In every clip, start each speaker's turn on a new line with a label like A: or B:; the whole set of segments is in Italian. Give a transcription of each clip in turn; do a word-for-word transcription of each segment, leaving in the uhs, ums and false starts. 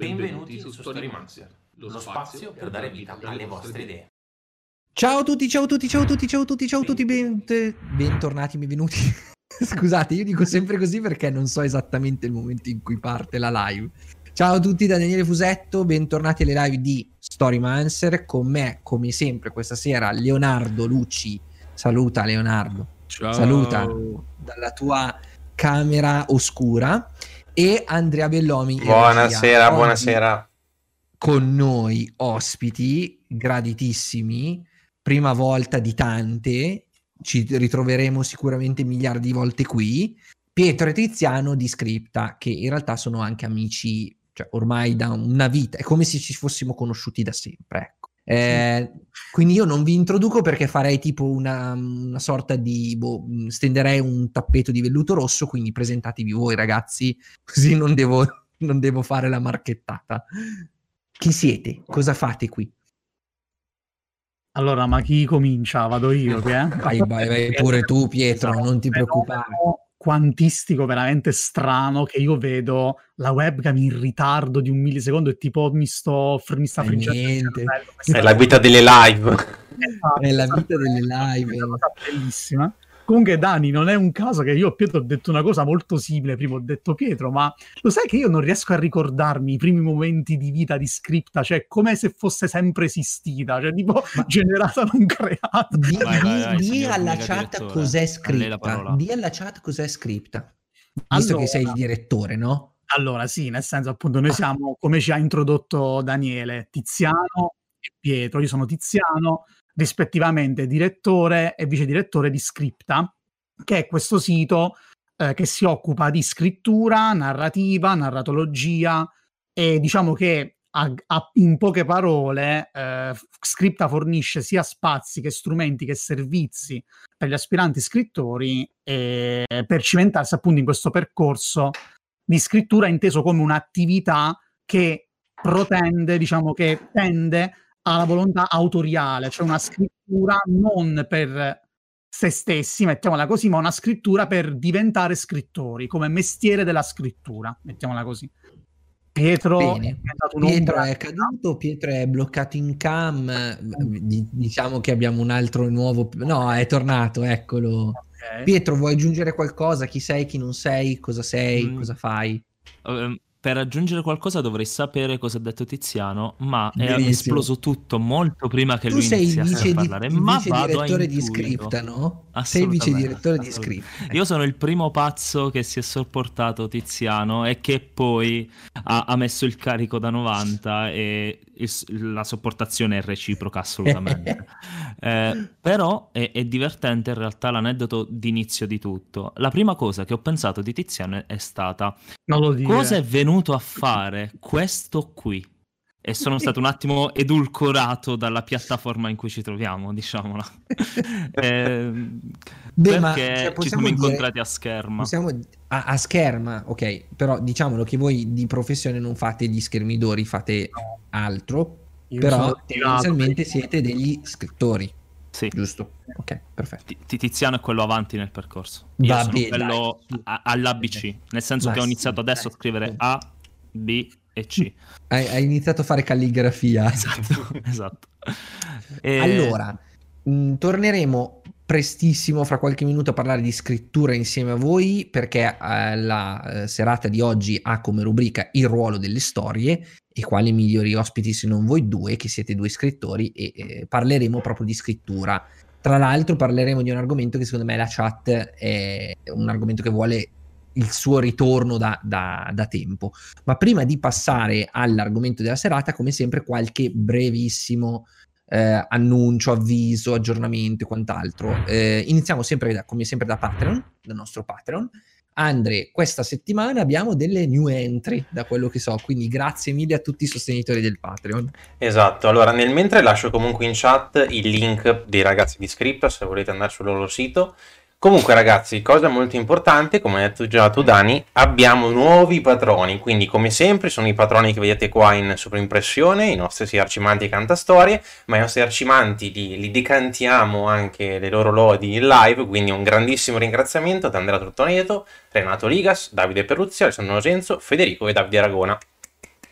A: Benvenuti su Storymancer, lo spazio per dare vita alle vostre idee.
B: Ciao a tutti, ciao a tutti, ciao a tutti, ciao a tutti, ciao a tutti, ben, bentornati, benvenuti. Scusate, io dico sempre così perché non so esattamente il momento in cui parte la live. Ciao a tutti da Daniele Fusetto, bentornati alle live di Storymancer. Con me, come sempre, questa sera Leonardo Lucci. Saluta Leonardo.
C: Ciao.
B: Saluta dalla tua camera oscura. E Andrea Bellomi.
D: Buonasera, oggi buonasera.
B: Con noi ospiti graditissimi, prima volta di tante, ci ritroveremo sicuramente miliardi di volte qui. Pietro e Tiziano di Scripta, che in realtà sono anche amici, cioè ormai da una vita, è come se ci fossimo conosciuti da sempre, ecco. Eh, quindi io non vi introduco perché farei tipo una, una sorta di boh, stenderei un tappeto di velluto rosso, quindi presentatevi voi ragazzi, così non devo, non devo fare la marchettata. Chi siete? Cosa fate qui?
C: Allora, ma chi comincia? Vado io, che, eh?
B: Vai, vai, vai pure tu Pietro, non ti preoccupare.
C: Quantistico veramente strano che io vedo la webcam in ritardo di un millisecondo e tipo mi sto mi sta friggendo.
D: È la vita delle live.
C: Esatto,
B: è la vita delle live.
C: È una cosa bellissima. Comunque Dani, non è un caso che io a Pietro ho detto una cosa molto simile. Prima ho detto Pietro, ma lo sai che io non riesco a ricordarmi i primi momenti di vita di Scripta, cioè come se fosse sempre esistita, cioè tipo ma... generata non creata.
B: Di,
E: vai, vai, vai,
B: di alla chat cos'è Scripta. Di alla chat cos'è Scripta. Visto allora, che sei il direttore, no?
C: Allora sì, nel senso appunto noi siamo, come ci ha introdotto Daniele, Tiziano e Pietro. Io sono Tiziano, rispettivamente direttore e vice direttore di Scripta, che è questo sito eh, che si occupa di scrittura, narrativa, narratologia e diciamo che a, a, in poche parole eh, Scripta fornisce sia spazi che strumenti che servizi per gli aspiranti scrittori eh, per cimentarsi appunto in questo percorso di scrittura inteso come un'attività che protende, diciamo che tende alla volontà autoriale, cioè una scrittura non per se stessi, mettiamola così, ma una scrittura per diventare scrittori, come mestiere della scrittura, mettiamola così. Pietro,
B: Bene. È, Pietro è caduto, Pietro è bloccato in cam, diciamo che abbiamo un altro nuovo, no, è tornato, eccolo. Okay. Pietro, vuoi aggiungere qualcosa? Chi sei, chi non sei, cosa sei, mm. cosa fai?
E: Um, per aggiungere qualcosa dovrei sapere cosa ha detto Tiziano, ma Benissimo. È esploso tutto molto prima che
B: tu
E: lui iniziasse
B: di,
E: a parlare.
B: Tu
E: ma
B: sei il vice direttore di Scripta, no? Sei il vice direttore di Scripta.
E: Io sono il primo pazzo che si è sopportato Tiziano e che poi ha, ha messo il carico da novanta e il, la sopportazione è reciproca assolutamente. eh, però è, è divertente in realtà l'aneddoto d'inizio di tutto. La prima cosa che ho pensato di Tiziano è stata cosa è venuto a fare questo qui? E sono stato un attimo edulcorato dalla piattaforma in cui ci troviamo, diciamola. eh,
B: Beh,
E: perché
B: ma, cioè,
E: ci siamo
B: dire,
E: incontrati a scherma.
B: Possiamo, a, a scherma, ok, però diciamolo che voi di professione non fate gli schermidori, fate altro, Io però tendenzialmente siete degli scrittori.
E: Sì.
B: Giusto? Ok, perfetto.
E: T- Tiziano è quello avanti nel percorso. Io
B: Va
E: sono
B: bene,
E: quello a- all'A B C, nel senso Ma che ho iniziato sì, adesso dai. a scrivere A, B e C.
B: Hai, hai iniziato a fare calligrafia.
E: Esatto, esatto. E...
B: Allora, mh, torneremo prestissimo, fra qualche minuto, a parlare di scrittura insieme a voi, perché eh, la eh, serata di oggi ha come rubrica il ruolo delle storie, e quali migliori ospiti se non voi due, che siete due scrittori, e eh, parleremo proprio di scrittura. Tra l'altro parleremo di un argomento che secondo me la chat è un argomento che vuole il suo ritorno da, da, da tempo. Ma prima di passare all'argomento della serata, come sempre qualche brevissimo eh, annuncio, avviso, aggiornamento e quant'altro. Eh, iniziamo sempre da, come sempre da Patreon, dal nostro Patreon. Andre, questa settimana abbiamo delle new entry, da quello che so, quindi grazie mille a tutti i sostenitori del Patreon.
D: Esatto, allora nel mentre lascio comunque in chat il link dei ragazzi di Scripta se volete andare sul loro sito. Comunque ragazzi, cosa molto importante, come hai detto già tu Dani, abbiamo nuovi patroni, quindi come sempre sono i patroni che vedete qua in sovraimpressione, i nostri sì arcimanti e cantastorie, ma i nostri arcimanti li, li decantiamo anche le loro lodi in live, quindi un grandissimo ringraziamento ad Andrea Trottoneto, Renato Ligas, Davide Perruzzi, Alessandro Nocenzo, Federico e Davide Aragona.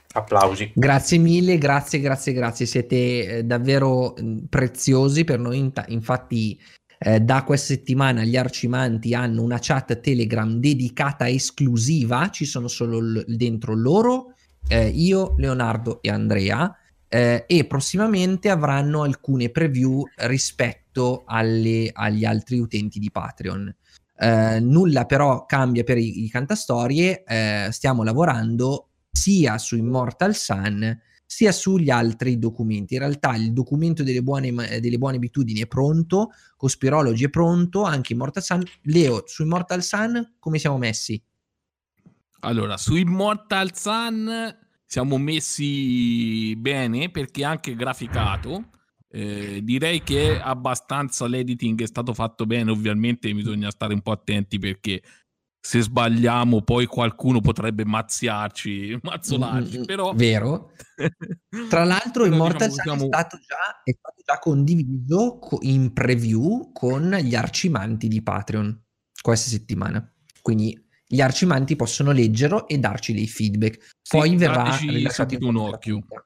D: Applausi.
B: Grazie mille, grazie, grazie, grazie. Siete eh, davvero mh, preziosi per noi. Inta- infatti, eh, da questa settimana gli Arcimanti hanno una chat Telegram dedicata esclusiva. Ci sono solo l- dentro loro, eh, io, Leonardo e Andrea. Eh, e prossimamente avranno alcune preview rispetto alle- agli altri utenti di Patreon. Eh, nulla però cambia per i, i cantastorie. Eh, stiamo lavorando sia su Immortal Sun sia sugli altri documenti. In realtà il documento delle buone, delle buone abitudini è pronto, Conspirology è pronto, anche Immortal Sun. Leo, su Immortal Sun come siamo messi?
F: Allora, su Immortal Sun siamo messi bene perché è anche graficato. Eh, direi che abbastanza l'editing è stato fatto bene. Ovviamente bisogna stare un po' attenti perché se sbagliamo poi qualcuno potrebbe mazziarci, mazzolarci,
B: Mm,
F: però...
B: Vero. Tra l'altro
F: però,
B: Immortal
F: diciamo,
B: Sun
F: siamo...
B: è, stato già, è stato già condiviso co- in preview con gli arcimanti di Patreon questa settimana. Quindi gli arcimanti possono leggerlo e darci dei feedback.
F: Sì,
B: Poi verrà
F: dateci
B: rilasciato in
F: subito un
B: forma
F: occhio.
B: gratuita.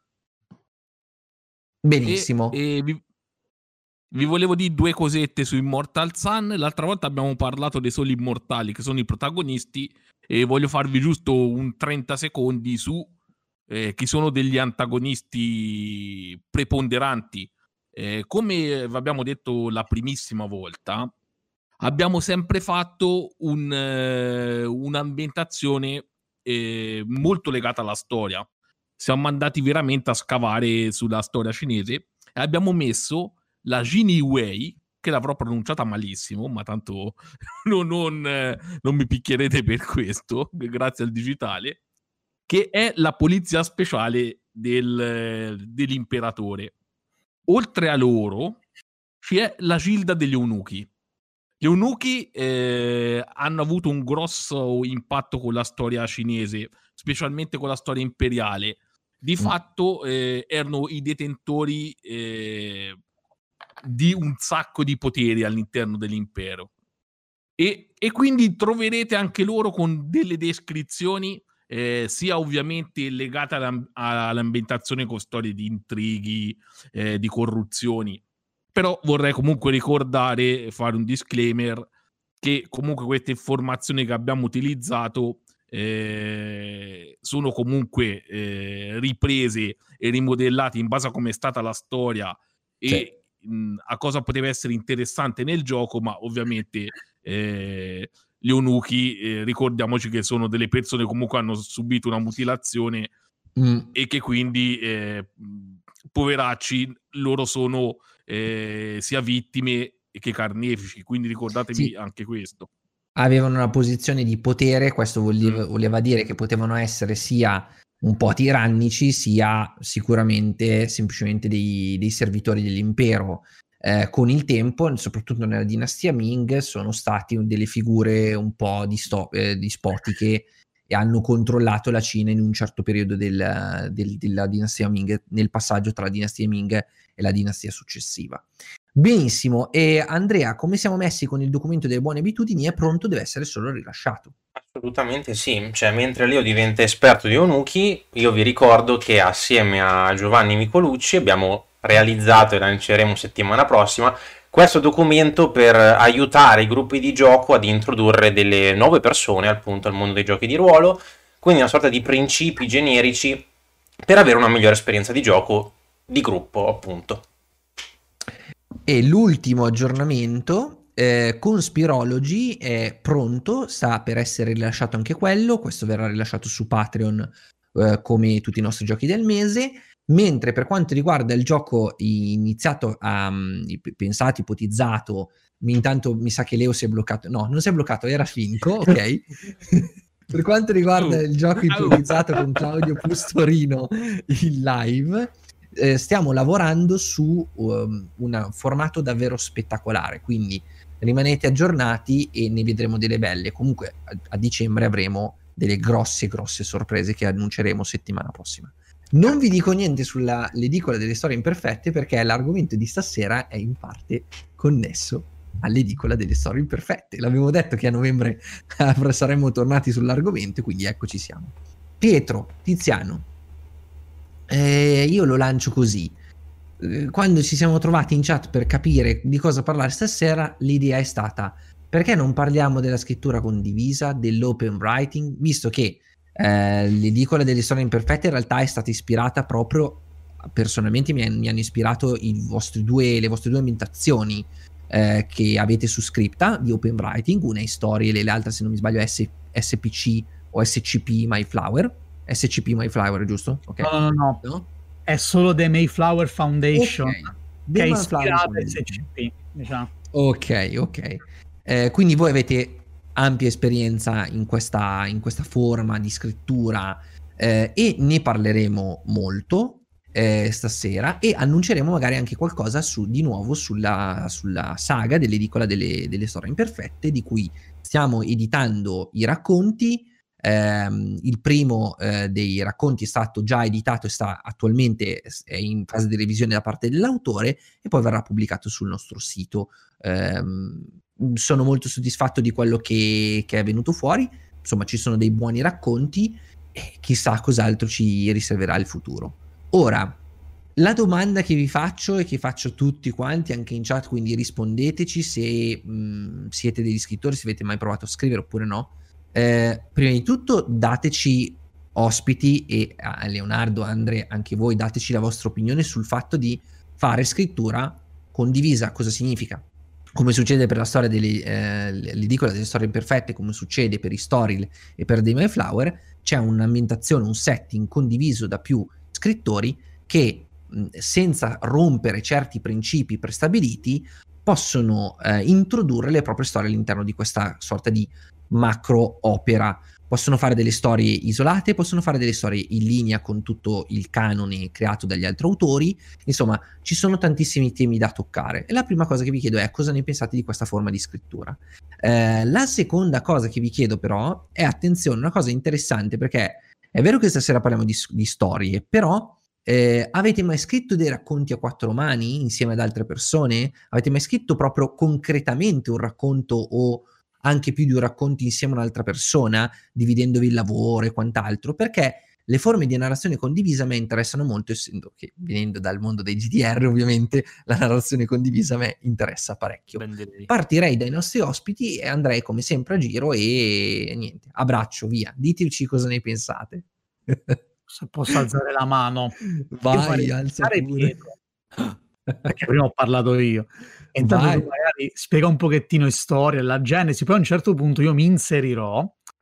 B: Benissimo.
F: E, e vi, vi volevo dire due cosette su Immortal Sun. L'altra volta abbiamo parlato dei soli immortali, che sono i protagonisti, e voglio farvi giusto un trenta secondi su eh, chi sono degli antagonisti preponderanti. Eh, come vi abbiamo detto la primissima volta, abbiamo sempre fatto un, eh, un'ambientazione eh, molto legata alla storia. Siamo andati veramente a scavare sulla storia cinese e abbiamo messo la Jini Wei, che l'avrò pronunciata malissimo, ma tanto non, non, eh, non mi picchierete per questo, grazie al digitale, che è la polizia speciale del, dell'imperatore. Oltre a loro c'è la Gilda degli Eunuchi. Gli Eunuchi eh, hanno avuto un grosso impatto con la storia cinese, specialmente con la storia imperiale. Di
B: Mm.
F: fatto eh, erano i detentori eh, di un sacco di poteri all'interno dell'impero. E, e quindi troverete anche loro con delle descrizioni eh, sia ovviamente legate alla, all'ambientazione con storie di intrighi, eh, di corruzioni. Però vorrei comunque ricordare, fare un disclaimer, che comunque queste informazioni che abbiamo utilizzato eh, sono comunque eh, riprese e rimodellate in base a come è stata la storia e
B: Sì.
F: mh, a cosa poteva essere interessante nel gioco, ma ovviamente eh, gli eunuchi, eh, ricordiamoci che sono delle persone che comunque hanno subito una mutilazione
B: Mm.
F: e che quindi eh, poveracci, loro sono eh, sia vittime che carnefici, quindi ricordatevi
B: Sì.
F: anche questo.
B: Avevano una posizione di potere, questo voleva,
F: Mm.
B: voleva dire che potevano essere sia un po' tirannici, sia sicuramente semplicemente dei, dei servitori dell'impero. Eh, con il tempo, soprattutto nella dinastia Ming, sono stati delle figure un po' disto- eh, dispotiche e hanno controllato la Cina in un certo periodo del, del, della dinastia Ming, nel passaggio tra la dinastia Ming e la dinastia successiva. Benissimo, e Andrea, come siamo messi con il documento delle buone abitudini? È pronto, deve essere solo rilasciato.
D: Assolutamente sì, cioè mentre Leo diventa esperto di eunuchi, io vi ricordo che assieme a Giovanni Micolucci abbiamo realizzato e lanceremo settimana prossima questo documento per aiutare i gruppi di gioco ad introdurre delle nuove persone appunto al mondo dei giochi di ruolo, quindi una sorta di principi generici per avere una migliore esperienza di gioco di gruppo appunto.
B: E l'ultimo aggiornamento, eh, Conspirology è pronto, sta per essere rilasciato anche quello, questo verrà rilasciato su Patreon eh, come tutti i nostri giochi del mese, mentre per quanto riguarda il gioco iniziato, a, um, pensato, ipotizzato, intanto mi sa che Leo si è bloccato, no, non si è bloccato, era finco, ok? Per quanto riguarda il gioco ipotizzato con Claudio Pustorino in live, Eh, stiamo lavorando su um, un formato davvero spettacolare, quindi rimanete aggiornati e ne vedremo delle belle. Comunque a, a dicembre avremo delle grosse grosse sorprese che annunceremo settimana prossima. Non vi dico niente sulla l'edicola delle storie imperfette perché l'argomento di stasera è in parte connesso all'edicola delle storie imperfette. L'avevo detto che a novembre saremmo tornati sull'argomento, quindi eccoci siamo. Pietro, Tiziano, eh, io lo lancio così. Eh, Quando ci siamo trovati in chat per capire di cosa parlare stasera, l'idea è stata: perché non parliamo della scrittura condivisa, dell'open writing, visto che eh, l'edicola delle storie imperfette in realtà è stata ispirata proprio, personalmente mi, han- mi hanno ispirato i vostri due, le vostre due ambientazioni eh, che avete su Scripta di open writing, una è storie e l'altra, se non mi sbaglio, è S- S P C o S C P Mayflower. S C P Mayflower, giusto? Ok.
C: No, no, no,
B: No?
C: è solo The Mayflower Foundation,
B: Ok.
C: che è
B: The
C: ispirata a
B: Mayflower
C: S C P, diciamo.
B: Ok, ok. Eh, quindi voi avete ampia esperienza in questa, in questa forma di scrittura eh, e ne parleremo molto eh, stasera, e annunceremo magari anche qualcosa su, di nuovo sulla, sulla saga dell'edicola delle, delle storie imperfette, di cui stiamo editando i racconti. Ehm, il primo eh, dei racconti è stato già editato e sta attualmente è in fase di revisione da parte dell'autore, e poi verrà pubblicato sul nostro sito. Ehm, sono molto soddisfatto di quello che, che è venuto fuori. Insomma, ci sono dei buoni racconti e chissà cos'altro ci riserverà il futuro. Ora, la domanda che vi faccio e che faccio tutti quanti anche in chat, quindi rispondeteci se mh, siete degli scrittori, se avete mai provato a scrivere oppure no. Eh, prima di tutto dateci ospiti, e a Leonardo, Andre, anche voi dateci la vostra opinione sul fatto di fare scrittura condivisa. Cosa significa? Come succede per la storia delle, eh, l'edicola delle storie imperfette, come succede per i Storyl e per The Mayflower, c'è un'ambientazione, un setting condiviso da più scrittori che mh, senza rompere certi principi prestabiliti possono eh, introdurre le proprie storie all'interno di questa sorta di macro opera. Possono fare delle storie isolate, possono fare delle storie in linea con tutto il canone creato dagli altri autori. Insomma, ci sono tantissimi temi da toccare, e la prima cosa che vi chiedo è: cosa ne pensate di questa forma di scrittura? Eh, la seconda cosa che vi chiedo però è, attenzione, una cosa interessante, perché è vero che stasera parliamo di, di storie, però eh, avete mai scritto dei racconti a quattro mani insieme ad altre persone? Avete mai scritto proprio concretamente un racconto, o anche più di un racconto insieme a un'altra persona, dividendovi il lavoro e quant'altro? Perché le forme di narrazione condivisa a me interessano molto, essendo che, venendo dal mondo dei G D R, ovviamente la narrazione condivisa a me interessa parecchio. Partirei dai nostri ospiti e andrei come sempre a giro, e niente, abbraccio, via, diteci cosa ne pensate.
C: Se posso alzare la mano.
B: Vai, alza pure.
C: Perché prima ho parlato io. E intanto tu magari spiega un pochettino storia, la genesi, poi a un certo punto io mi inserirò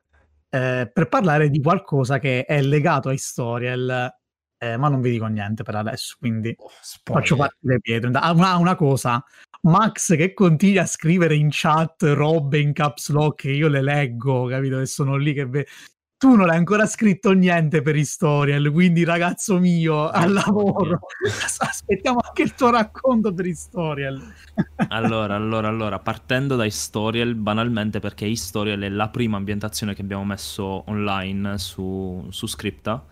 C: eh, per parlare di qualcosa che è legato a Historiel, eh, ma non vi dico niente per adesso, quindi oh, faccio partire Pietro. Ah, una, una cosa, Max che continua a scrivere in chat robe in caps lock e io le leggo, capito? Che sono lì che ve... Tu non hai ancora scritto niente per Historiel, quindi ragazzo mio, al lavoro. Aspettiamo anche il tuo racconto per Historiel.
E: Allora, allora, allora, partendo da Historiel, banalmente perché Historiel è la prima ambientazione che abbiamo messo online su, su Scripta,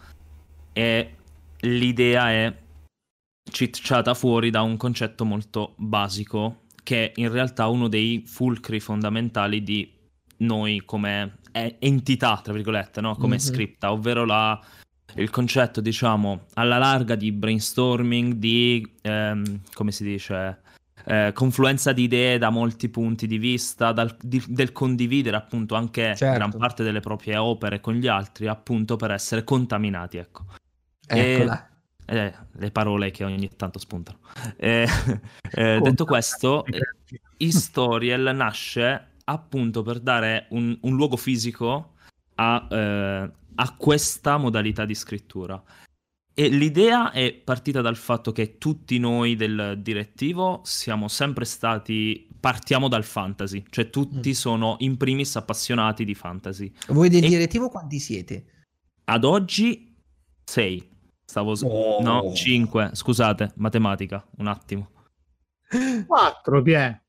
E: e l'idea è cicciata fuori da un concetto molto basico, che è in realtà uno dei fulcri fondamentali di noi come entità, tra virgolette, no? Come mm-hmm. Scripta, ovvero la, il concetto, diciamo, alla larga di brainstorming, di, ehm, come si dice, eh, confluenza di idee da molti punti di vista, dal, di, del condividere appunto anche certo. gran parte delle proprie opere con gli altri, appunto per essere contaminati, ecco.
B: Eccola.
E: E, eh, le parole che ogni tanto spuntano. Eh, eh, detto questo, Historiel nasce appunto per dare un, un luogo fisico a, eh, a questa modalità di scrittura. E l'idea è partita dal fatto che tutti noi del direttivo siamo sempre stati, partiamo dal fantasy, cioè tutti mm. sono in primis appassionati di fantasy.
B: Voi del
E: e
B: direttivo quanti siete?
E: Ad oggi sei. Stavo oh. No, cinque, scusate, matematica, un attimo.
C: Quattro, Pie.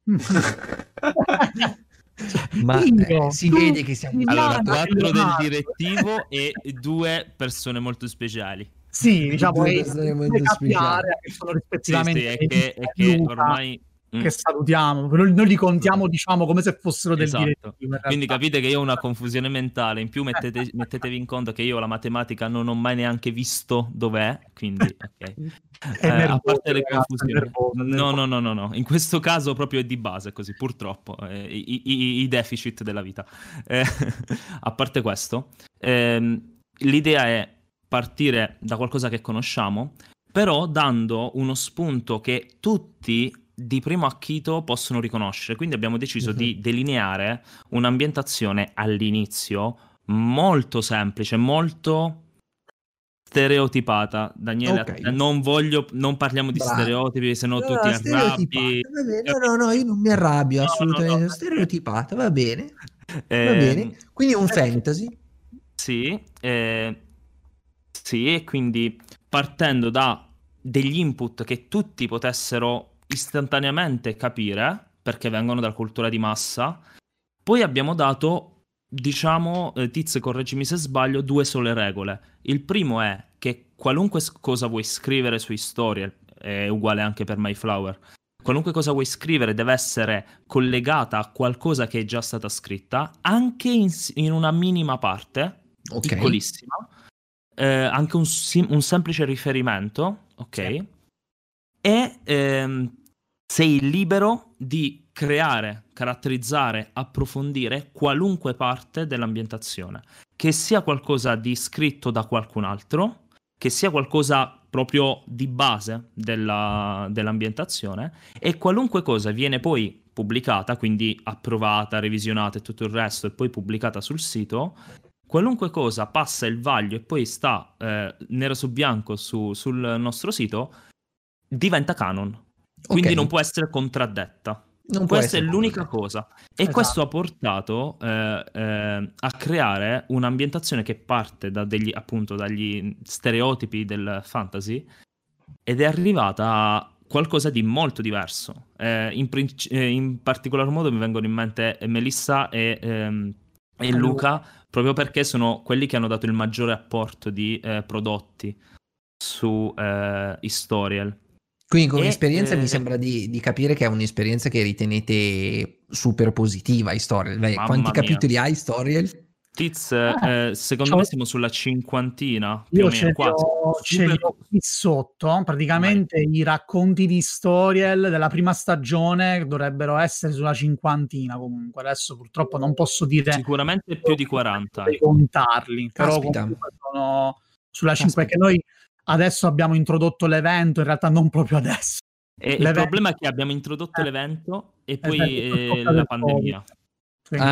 B: Ma eh, si vede che siamo
E: allora quattro del direttivo e due persone molto speciali.
C: Sì, diciamo
B: due persone molto speciali
C: che sono rispettivamente
E: sì, sì, è che, è che ormai
C: che salutiamo, noi, noi li contiamo diciamo come se fossero del
E: esatto.
C: direttivo.
E: Quindi capite che io ho una confusione mentale, in più mettete, mettetevi in conto che io la matematica non ho mai neanche visto dov'è, quindi ok. Eh,
C: nervoso,
E: a parte le
C: ragazzi,
E: confusioni,
C: nervoso,
E: no,
C: nervoso.
E: no, no, no, no, in questo caso proprio è di base così, purtroppo, eh, i, i, i deficit della vita. Eh, a parte questo, ehm, l'idea è partire da qualcosa che conosciamo, però dando uno spunto che tutti di primo acchito possono riconoscere. Quindi abbiamo deciso uh-huh. di delineare un'ambientazione all'inizio molto semplice, molto stereotipata. Daniele,
B: Okay.
E: non voglio, non parliamo di
B: Bravo.
E: stereotipi, se no
B: No,
E: tu
B: no,
E: ti arrabbi.
B: Va bene. No, no, no, io non mi arrabbio,
E: No,
B: assolutamente.
E: no, no.
B: Stereotipata, va bene. Va
E: Eh,
B: bene. Quindi un fantasy.
E: Sì, eh, sì, e quindi partendo da degli input che tutti potessero istantaneamente capire, perché vengono dalla cultura di massa, poi abbiamo dato, diciamo, eh, Tiz, correggimi se sbaglio, due sole regole. Il primo è che qualunque cosa vuoi scrivere su Historia, è uguale anche per Mayflower, qualunque cosa vuoi scrivere deve essere collegata a qualcosa che è già stata scritta, anche in, in una minima parte,
B: Okay.
E: piccolissima, eh, anche un, sim- un semplice riferimento, ok?
C: Sì.
E: E ehm, sei libero di creare, caratterizzare, approfondire qualunque parte dell'ambientazione, che sia qualcosa di scritto da qualcun altro, che sia qualcosa proprio di base della, dell'ambientazione, e qualunque cosa viene poi pubblicata, quindi approvata, revisionata e tutto il resto, e poi pubblicata sul sito. Qualunque cosa passa il vaglio e poi sta eh, nero su bianco su, sul nostro sito diventa canon. Quindi
B: Ok.
E: non può essere contraddetta.
B: Non può
E: Questa
B: essere
E: è l'unica
B: contraddetta.
E: cosa. E
C: Esatto.
E: questo ha portato eh, eh, a creare un'ambientazione che parte da degli, appunto, dagli stereotipi del fantasy ed è arrivata a qualcosa di molto diverso. Eh, in, princi- eh, in particolar modo mi vengono in mente Melissa e, ehm, e Luca, proprio perché sono quelli che hanno dato il maggiore apporto di eh, prodotti su eh, Historial.
B: Quindi come
E: E,
B: esperienza
E: eh,
B: mi sembra di, di capire che è un'esperienza che ritenete super positiva, Historial. Beh,
E: Mamma
B: quanti
E: mia.
B: capitoli hai, Historial?
E: Tiz,
C: Eh,
E: eh, secondo
C: c'ho-
E: me siamo sulla cinquantina, più
C: Io
E: o
C: ce
E: meno,
C: li,
E: quasi.
C: ho, ce li
E: Super-
C: ho qui sotto, praticamente i racconti di Historial della prima stagione dovrebbero essere sulla cinquantina comunque, adesso purtroppo non posso dire
E: Sicuramente più di quaranta.
C: di contarli, però
B: Caspita.
C: comunque sono sulla
B: Caspita.
C: cinque, perché noi adesso abbiamo introdotto l'evento, in realtà non proprio adesso.
E: E il
C: L'evento-
E: problema è che abbiamo introdotto
C: Eh.
E: l'evento e
C: Esatto,
E: poi
C: per
E: eh,
C: colpa
E: la
C: del
E: pandemia.
C: Quindi,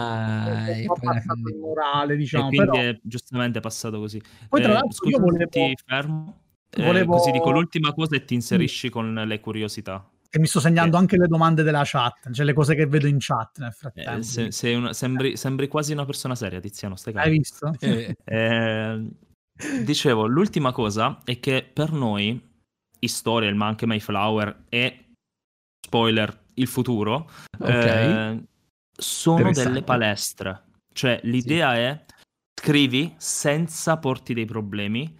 B: Ah,
C: è
B: e
C: un po'
B: poi la
C: passato il
B: pandemia.
C: morale,
E: E
C: diciamo,
E: quindi
C: però
E: è giustamente passato così.
C: poi tra
E: Eh,
C: l'altro
E: scusa,
C: io volevo,
E: ti fermo. Eh,
C: volevo-
E: così dico l'ultima cosa e ti inserisci con le curiosità.
C: e mi sto segnando
E: Che-
C: anche le domande della chat, cioè le cose che vedo in chat nel
E: Eh,
C: frattempo.
E: se- sei una- sembri, sembri quasi una persona seria, Tiziano, stai calmo.
C: Hai visto?
F: Eh,
E: Eh, dicevo, l'ultima cosa è che per noi Historial, ma anche Mayflower e spoiler, il futuro,
B: Ok.
E: eh, sono
B: Interessante.
E: delle palestre. Cioè l'idea è scrivi senza porti dei problemi,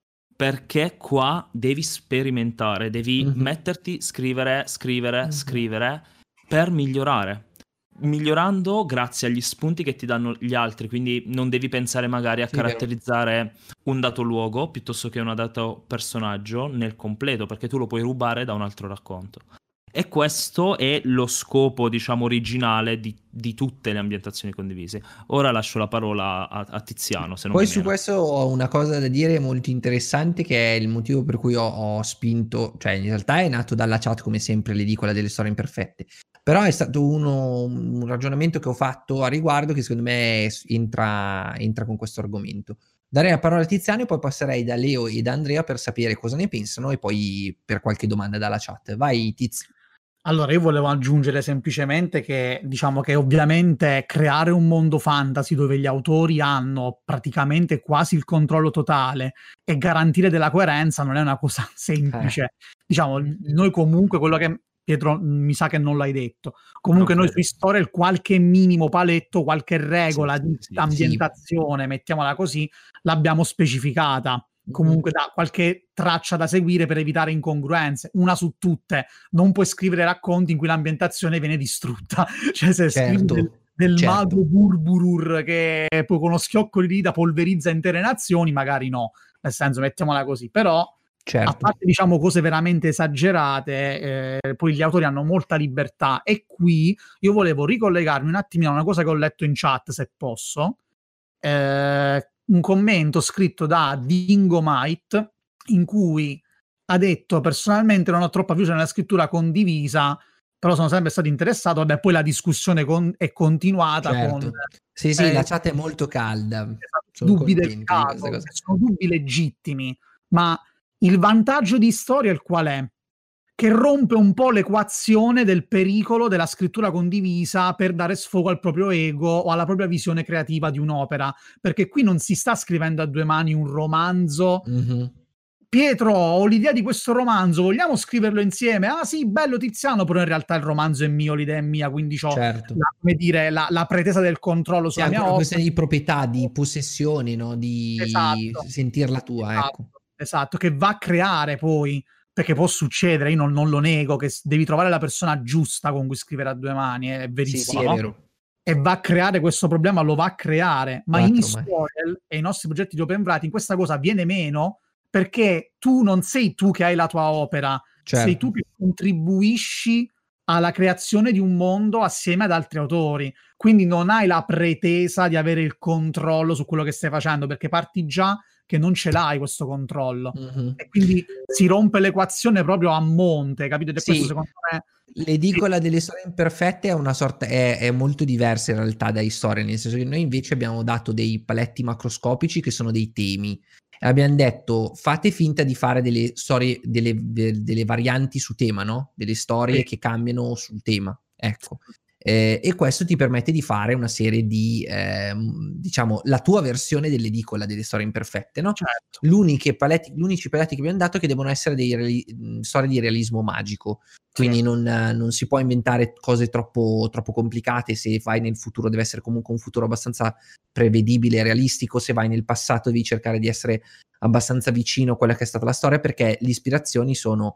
E: perché qua devi sperimentare, devi
B: Mhm.
E: metterti, scrivere, scrivere,
B: Mhm.
E: scrivere per migliorare. Migliorando grazie agli spunti che ti danno gli altri, quindi non devi pensare magari a
B: Sì, vero.
E: caratterizzare un dato luogo piuttosto che un dato personaggio nel completo, perché tu lo puoi rubare da un altro racconto. E questo è lo scopo, diciamo, originale di, di tutte le ambientazioni condivise. Ora lascio la parola a, a Tiziano, se non
B: Poi
E: mi
B: su
E: meno.
B: questo ho una cosa da dire molto interessante, che è il motivo per cui ho, ho spinto, cioè in realtà è nato dalla chat come sempre l'edicola delle storie imperfette, però è stato uno, un ragionamento che ho fatto a riguardo che secondo me entra, entra con questo argomento. Darei la parola a Tiziano e poi passerei da Leo e da Andrea per sapere cosa ne pensano e poi per qualche domanda dalla chat. Vai Tiz.
C: Allora, io volevo aggiungere semplicemente che, diciamo che ovviamente creare un mondo fantasy dove gli autori hanno praticamente quasi il controllo totale e garantire della coerenza non è una cosa semplice. Diciamo, noi comunque, quello che Pietro mi sa che non l'hai detto, comunque
E: Non
C: noi su
E: credo.
C: Historia qualche minimo paletto, qualche regola
E: Sì,
C: di
E: sì, sì.
C: ambientazione, mettiamola così, l'abbiamo specificata. comunque da qualche traccia da seguire per evitare incongruenze. Una su tutte, non puoi scrivere racconti in cui l'ambientazione viene distrutta. Cioè se
B: Certo,
C: scrivi del, del
B: certo.
C: mago Burburur che poi con uno schiocco di dita polverizza intere nazioni, magari no, nel senso, mettiamola così. Però
B: certo.
C: a parte, diciamo, cose veramente esagerate, eh, poi gli autori hanno molta libertà. E qui io volevo ricollegarmi un attimino a una cosa che ho letto in chat, se posso. Eh, un commento scritto da Dingo Might in cui ha detto: personalmente non ho troppa fiducia nella scrittura condivisa, però sono sempre stato interessato. Vabbè, poi la discussione con- è continuata,
B: Certo.
C: con
B: Sì, sì,
C: eh,
B: la chat è molto calda.
C: esatto,
B: Sono
C: dubbi del
B: contento di questa
C: caso,
B: cosa.
C: che sono dubbi legittimi, ma il vantaggio di Storyal qual è? Che rompe un po' l'equazione del pericolo della scrittura condivisa per dare sfogo al proprio ego o alla propria visione creativa di un'opera, perché qui non si sta scrivendo a due mani un romanzo.
B: Mhm.
C: Pietro, ho l'idea di questo romanzo, vogliamo scriverlo insieme? Ah sì, bello Tiziano, però in realtà il romanzo è mio, l'idea è mia, quindi ho
B: Certo.
C: la, come dire, la, la pretesa del controllo
B: Sì,
C: sulla
B: anche
C: mia
B: una
C: opera.
B: questione di proprietà, di possessione, no? Di
C: Esatto.
B: sentirla tua,
C: Esatto,
B: ecco.
C: esatto, che va a creare poi, perché può succedere, io non, non lo nego, che s- devi trovare la persona giusta con cui scrivere a due mani, è
B: Sì,
C: verissimo,
B: sì, è
C: no?
B: vero.
C: E va a creare questo problema, lo va a creare, ma in
B: Quattro, ma-
C: Storyal e i nostri progetti di open writing questa cosa viene meno, perché tu non sei tu che hai la tua opera, sei
B: Certo.
C: tu che contribuisci alla creazione di un mondo assieme ad altri autori, quindi non hai la pretesa di avere il controllo su quello che stai facendo, perché parti già che non ce l'hai questo controllo.
B: Mhm.
C: E quindi si rompe l'equazione proprio a monte, capito? Ed è questo
B: Sì,
C: secondo me.
B: l'edicola delle storie imperfette è una sorta, è, è molto diversa in realtà dai storie, nel senso che noi invece abbiamo dato dei paletti macroscopici che sono dei temi. E abbiamo detto: fate finta di fare delle storie, delle, de- delle varianti su tema, no? Delle storie
C: Sì.
B: che cambiano sul tema. Ecco. Eh, e questo ti permette di fare una serie di, ehm, diciamo, la tua versione dell'edicola delle storie imperfette, no?
C: Certo.
B: L'uniche paletti, gli unici paletti che abbiamo dato è che devono essere dei reali- mh, storie di realismo magico, quindi
C: Sì.
B: non, eh, non si può inventare cose troppo, troppo complicate. Se vai nel futuro deve essere comunque un futuro abbastanza prevedibile e realistico, se vai nel passato devi cercare di essere abbastanza vicino a quella che è stata la storia, perché le ispirazioni sono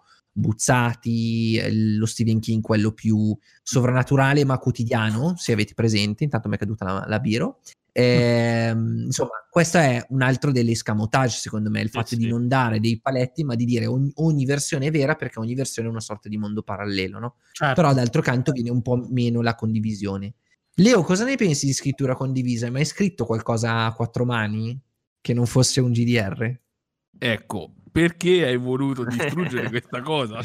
B: Buzzati, eh, lo Stephen King, quello più sovrannaturale ma quotidiano, se avete presente. Intanto mi è caduta la, la biro. Ehm, insomma, questo è un altro delle escamotage, secondo me, il fatto
F: sì.
B: di non dare dei paletti, ma di dire ogni, ogni versione è vera, perché ogni versione è una sorta di mondo parallelo, no?
C: Certo.
B: Però d'altro canto viene un po' meno la condivisione. Leo, cosa ne pensi di scrittura condivisa? Hai mai scritto qualcosa a quattro mani che non fosse un G D R?
F: Ecco, perché hai voluto distruggere questa cosa?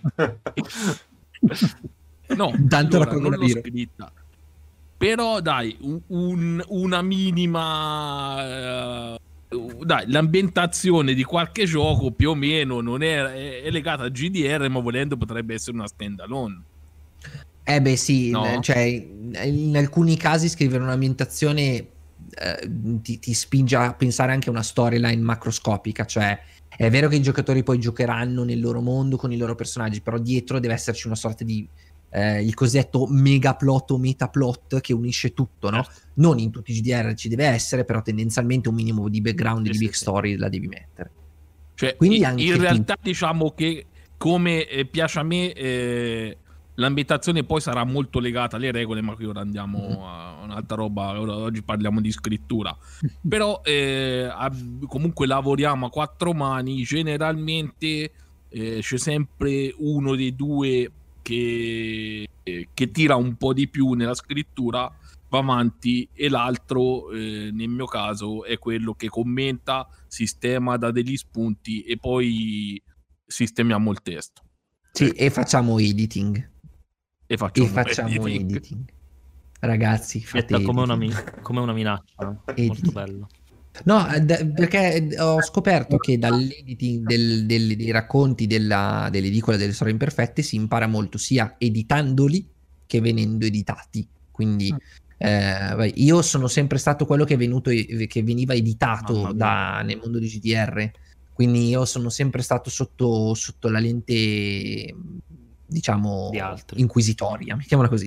F: No,
B: Intanto
F: allora,
B: raccolgo
F: non
B: la
F: l'ho
B: biro.
F: scritta. Però dai, un- un- una minima... eh, dai, l'ambientazione di qualche gioco più o meno non è, è- è legata a G D R, ma volendo potrebbe essere una standalone.
B: Eh beh sì,
F: No?
B: in- cioè in in alcuni casi scrivere un'ambientazione eh, ti, ti spinge a pensare anche a una storyline macroscopica, cioè è vero che i giocatori poi giocheranno nel loro mondo con i loro personaggi, però dietro deve esserci una sorta di eh, il cosiddetto megaplot o metaplot che unisce tutto, no?
F: Certo.
B: Non in tutti i G D R ci deve essere, però tendenzialmente un minimo di background e
F: Sì,
B: di
F: sì,
B: big
F: sì.
B: story la devi mettere.
F: Cioè,
B: Quindi
F: in,
B: anche
F: in
B: tu.
F: realtà diciamo che come eh, piace a me, eh, l'ambientazione poi sarà molto legata alle regole, ma qui ora andiamo a un'altra roba, ora- oggi parliamo di scrittura. Però eh, ab- comunque lavoriamo a quattro mani, generalmente eh, c'è sempre uno dei due che, eh, che tira un po' di più nella scrittura, va avanti, e l'altro eh, nel mio caso è quello che commenta, sistema, dà degli spunti e poi sistemiamo il testo.
B: Sì,
F: Ecco.
B: e facciamo editing.
F: E
B: E
F: facciamo,
B: facciamo
F: editing.
B: editing. Ragazzi, fate
E: Detta come una,
B: editing.
E: mi- come una minaccia, molto
B: Editing.
E: bello.
B: No, eh, d- perché eh, ho scoperto che dall'editing del- del- dei racconti della, dell'edicola delle storie imperfette si impara molto sia editandoli che venendo editati. Quindi eh, vai, io sono sempre stato quello che è venuto che veniva editato
E: Mamma mia.
B: da, nel mondo di G D R. Quindi io sono sempre stato sotto, sotto la lente, diciamo,
E: Di altri.
B: inquisitoria, mettiamola così.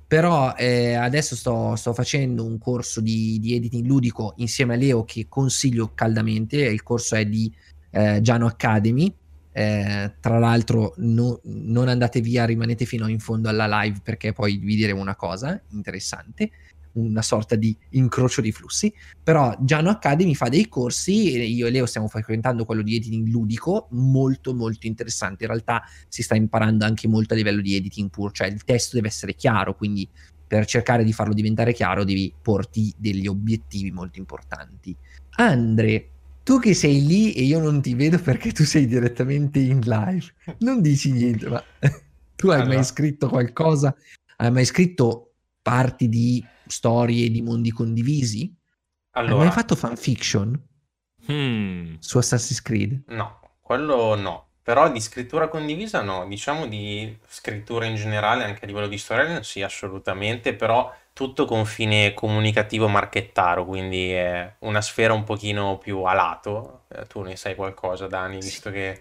B: però eh, adesso sto, sto facendo un corso di, di editing ludico insieme a Leo che consiglio caldamente. Il corso è di eh, Giano Academy. Eh, tra l'altro no, non andate via, rimanete fino in fondo alla live, perché poi vi diremo una cosa interessante, una sorta di incrocio di flussi. Però Giano Academy fa dei corsi, e io e Leo stiamo frequentando quello di editing ludico, molto molto interessante. In realtà si sta imparando anche molto a livello di editing puro, cioè il testo deve essere chiaro, quindi per cercare di farlo diventare chiaro devi porti degli obiettivi molto importanti. Andre, tu che sei lì e io non ti vedo perché tu sei direttamente in live, non dici niente, ma tu hai
D: Allora.
B: mai scritto qualcosa? Hai mai scritto parti di storie di mondi condivisi?
D: Allora,
B: Hai mai fatto fanfiction
E: Hmm.
B: su Assassin's Creed?
D: no, quello no. Però di scrittura condivisa no, diciamo di scrittura in generale anche a livello di storia sì, assolutamente, però tutto con fine comunicativo marchettaro, quindi è una sfera un pochino più a lato. Eh, tu ne sai qualcosa, Dani, visto che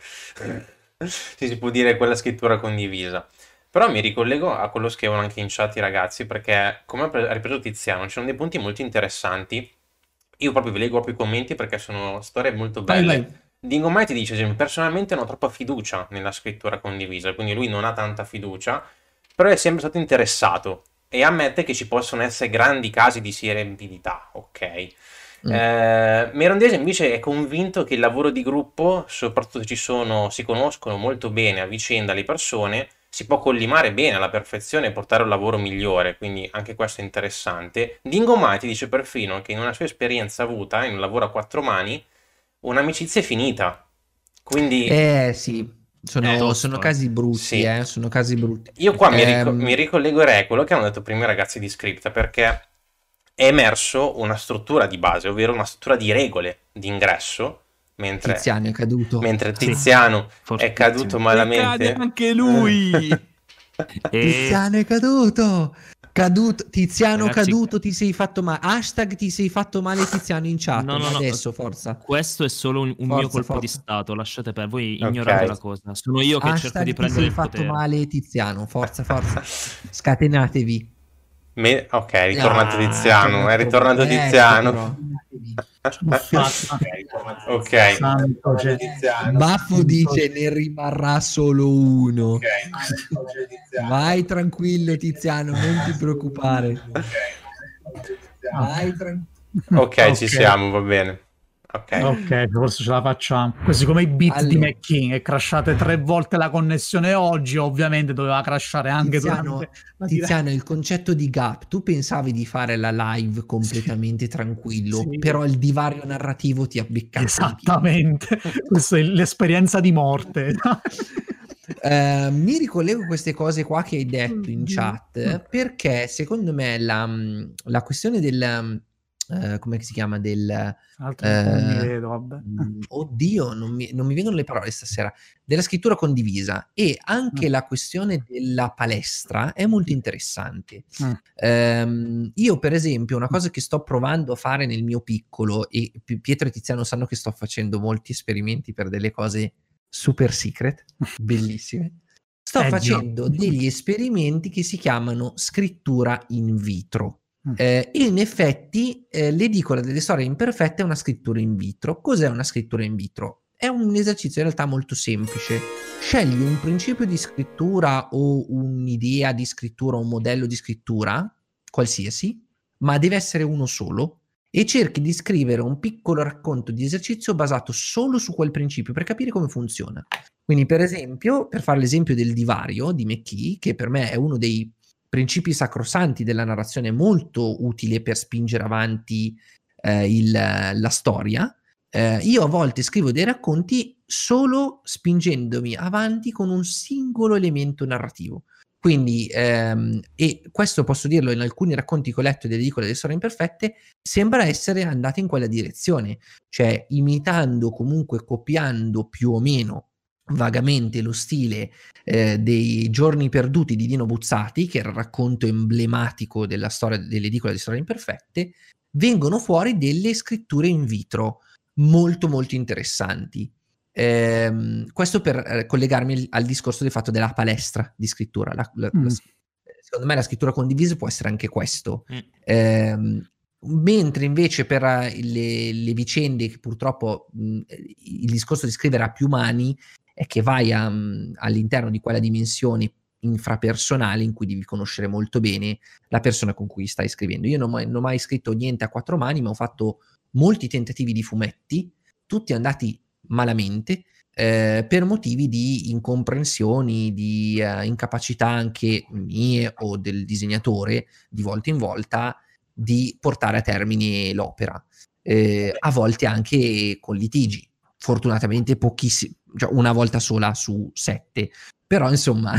D: si si può dire quella scrittura condivisa. Però mi ricollego a quello che scrivono anche in chat i ragazzi, perché come ha pre- ha ripreso Tiziano, ci sono dei punti molto interessanti. Io proprio vi leggo proprio i commenti perché sono storie molto
C: Vai,
D: belle.
C: vai.
D: Dingo Mai ti dice, esempio, personalmente non ho troppa fiducia nella scrittura condivisa, quindi lui non ha tanta fiducia, però è sempre stato interessato e ammette che ci possono essere grandi casi di serendipità, ok?
B: Mm.
D: Eh, Merondese invece è convinto che il lavoro di gruppo, soprattutto se ci sono, si conoscono molto bene a vicenda le persone, si può collimare bene alla perfezione e portare un lavoro migliore, quindi anche questo è interessante. Dingo Mai ti dice perfino che in una sua esperienza avuta, in un lavoro a quattro mani, un'amicizia è finita. Quindi
B: Eh sì, sono,
E: Eh, tosto,
B: sono
E: eh.
B: casi brutti,
D: Sì.
B: eh, sono casi brutti.
D: io qua mi, rico-
B: Ehm,
D: mi ricollegherei a quello che hanno detto prima i ragazzi di Scripta, perché è emerso una struttura di base, ovvero una struttura di regole di ingresso, mentre
B: Tiziano è caduto.
D: mentre
E: Sì.
D: Tiziano è
E: Fortissimo.
D: caduto
F: E
D: malamente.
F: cade anche lui.
E: E
B: Tiziano è caduto. Caduto, Tiziano
E: Ragazzi-
B: caduto, ti sei fatto male. Hashtag ti sei fatto male, Tiziano, in chat.
E: No, no,
B: ma
E: no.
B: adesso, forza.
E: questo è solo un, un
B: Forza,
E: mio colpo di
B: forza.
E: stato, lasciate per voi,
D: Ok.
E: ignorate la cosa. Sono io che cerco
B: Hashtag
E: di
B: ti
E: prendere
B: sei
E: il
B: fatto
E: potere.
B: male, Tiziano. Forza, forza. Scatenatevi.
D: Me- ok, è ritornato
B: Ah,
D: Tiziano, è ritornato
B: ecco,
D: Tiziano.
B: però.
D: Ok.
C: Santo, cioè.
B: Baffo dice ne rimarrà solo uno. Vai tranquillo, Tiziano, non ti preoccupare. Vai tranquillo.
D: Ok, ci siamo, va bene. Ok.
C: Ok, forse ce la facciamo. Così come i beat di
B: Allora.
C: McKing, è crashate tre volte la connessione oggi, ovviamente doveva crashare anche
B: Tiziano,
C: durante la diretta.
B: Tiziano, il concetto di gap, tu pensavi di fare la live completamente tranquillo,
C: Sì.
B: però il divario narrativo ti ha beccato.
C: Esattamente, questa è l'esperienza di morte.
B: Eh, mi ricollego a queste cose qua che hai detto in chat, perché secondo me la, la questione del... eh, come si chiama? Del...
C: Altro non mi
B: Eh,
C: vedo, vabbè.
B: Mm, oddio, non mi, non mi vengono le parole stasera, della scrittura condivisa e anche
C: Mm.
B: la questione della palestra è molto interessante.
C: Mm.
B: Ehm, io per esempio una cosa che sto provando a fare nel mio piccolo, e Pi- Pietro e Tiziano sanno che sto facendo molti esperimenti per delle cose super secret, bellissime, sto
C: Eh,
B: facendo
C: Dio.
B: degli esperimenti che si chiamano scrittura in vitro.
C: Mm.
B: Eh, e in effetti eh, l'edicola delle storie imperfette è una scrittura in vitro. Cos'è una scrittura in vitro? È un esercizio in realtà molto semplice. Scegli un principio di scrittura o un'idea di scrittura, un modello di scrittura, qualsiasi, ma deve essere uno solo, e cerchi di scrivere un piccolo racconto di esercizio basato solo su quel principio per capire come funziona. Quindi, per esempio, per fare l'esempio del divario di McKee, che per me è uno dei principi sacrosanti della narrazione, molto utile per spingere avanti eh, il, la storia, eh, io a volte scrivo dei racconti solo spingendomi avanti con un singolo elemento narrativo. Quindi, ehm, e questo posso dirlo in alcuni racconti che ho letto delle edicole delle storie imperfette, sembra essere andato in quella direzione, cioè imitando, comunque copiando più o meno vagamente lo stile eh, dei Giorni perduti di Dino Buzzati, che era il racconto emblematico della storia dell'edicola di storie imperfette, vengono fuori delle scritture in vitro molto molto interessanti. Ehm, questo per eh, collegarmi al discorso del fatto della palestra di scrittura, la, la,
C: Mm.
B: la secondo me la scrittura condivisa può essere anche questo.
E: Mm.
B: Ehm, mentre invece per eh, le, le vicende che purtroppo mh, il discorso di scrivere a più mani è che vai a, mh, all'interno di quella dimensione infrapersonale in cui devi conoscere molto bene la persona con cui stai scrivendo. Io non ho mai, non ho mai scritto niente a quattro mani, ma ho fatto molti tentativi di fumetti, tutti andati malamente, eh, per motivi di incomprensioni, di eh, incapacità anche mie o del disegnatore di volta in volta di portare a termine l'opera, eh, a volte anche con litigi, fortunatamente pochissimi, cioè una volta sola su sette, però insomma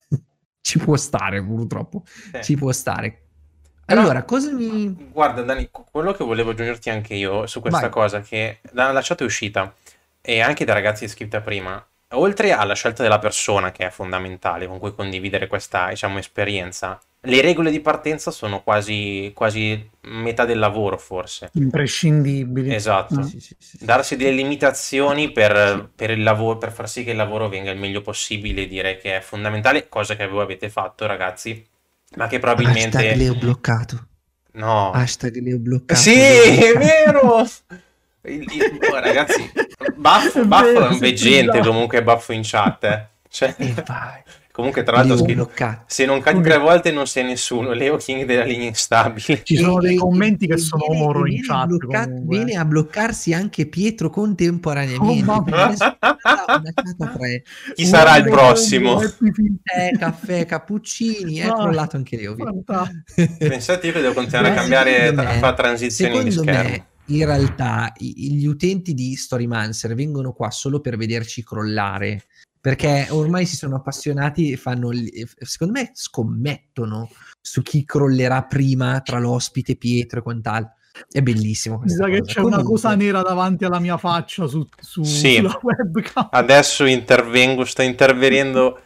B: ci può stare, purtroppo
D: Sì.
B: ci può stare.
D: Però,
B: Allora, cosa mi...
D: Guarda Dani, quello che volevo aggiungerti anche io su questa
B: Vai.
D: cosa, che dalla chat è uscita, e anche da ragazzi scritta prima, oltre alla scelta della persona, che è fondamentale, con cui condividere questa, diciamo, esperienza, le regole di partenza sono quasi, quasi metà del lavoro, forse.
C: Imprescindibili.
D: Esatto.
C: Mm.
B: Sì, sì, sì, sì.
D: Darsi delle limitazioni per,
B: Sì.
D: per il lavoro, per far sì che il lavoro venga il meglio possibile, direi che è fondamentale, cosa che voi avete fatto, ragazzi, ma che probabilmente...
B: Hashtag Leo bloccato.
D: No.
B: Hashtag Leo bloccato.
D: Sì, è vero! Il- il- oh, ragazzi, Baffo,
C: È
D: Baffo
C: vero,
D: è un
C: sì,
D: veggente,
C: sì,
D: comunque Baffo in chat, eh. Cioè,
B: E vai.
D: comunque tra l'altro ha
B: Leo
D: scritto,
B: bloccato.
D: se non cadi tre volte non sei nessuno, Leo King della linea instabile.
C: Ci sono
B: E-
C: dei
B: e-
C: commenti
B: e
C: che sono
B: viene-
C: oro
B: e
C: in
B: viene a
C: chat
B: blocca-
C: comunque.
B: viene a bloccarsi anche Pietro contemporaneamente.
C: Oh, mamma
B: quindi adesso sarà una chat a tre.
D: Chi sarà il prossimo?
B: Tè, caffè, cappuccini, è
C: Ah,
B: crollato anche Leo. via.
C: fantastico.
D: Pensate io che devo continuare a
B: Ma
D: cambiare,
B: secondo
D: a
B: me-
D: fare transizioni di
B: Secondo
D: schermo.
B: me, in realtà, i- gli utenti di Storymancer vengono qua solo per vederci crollare, perché ormai si sono appassionati e fanno, il- e f- secondo me, scommettono su chi crollerà prima tra l'ospite Pietro e quant'altro. È bellissimo
C: Mi
B: questa
C: sa che
B: cosa.
C: c'è una
B: Comunque-
C: cosa nera davanti alla mia faccia su, su-
D: Sì.
C: sulla webcam.
D: Adesso intervengo, sto intervenendo.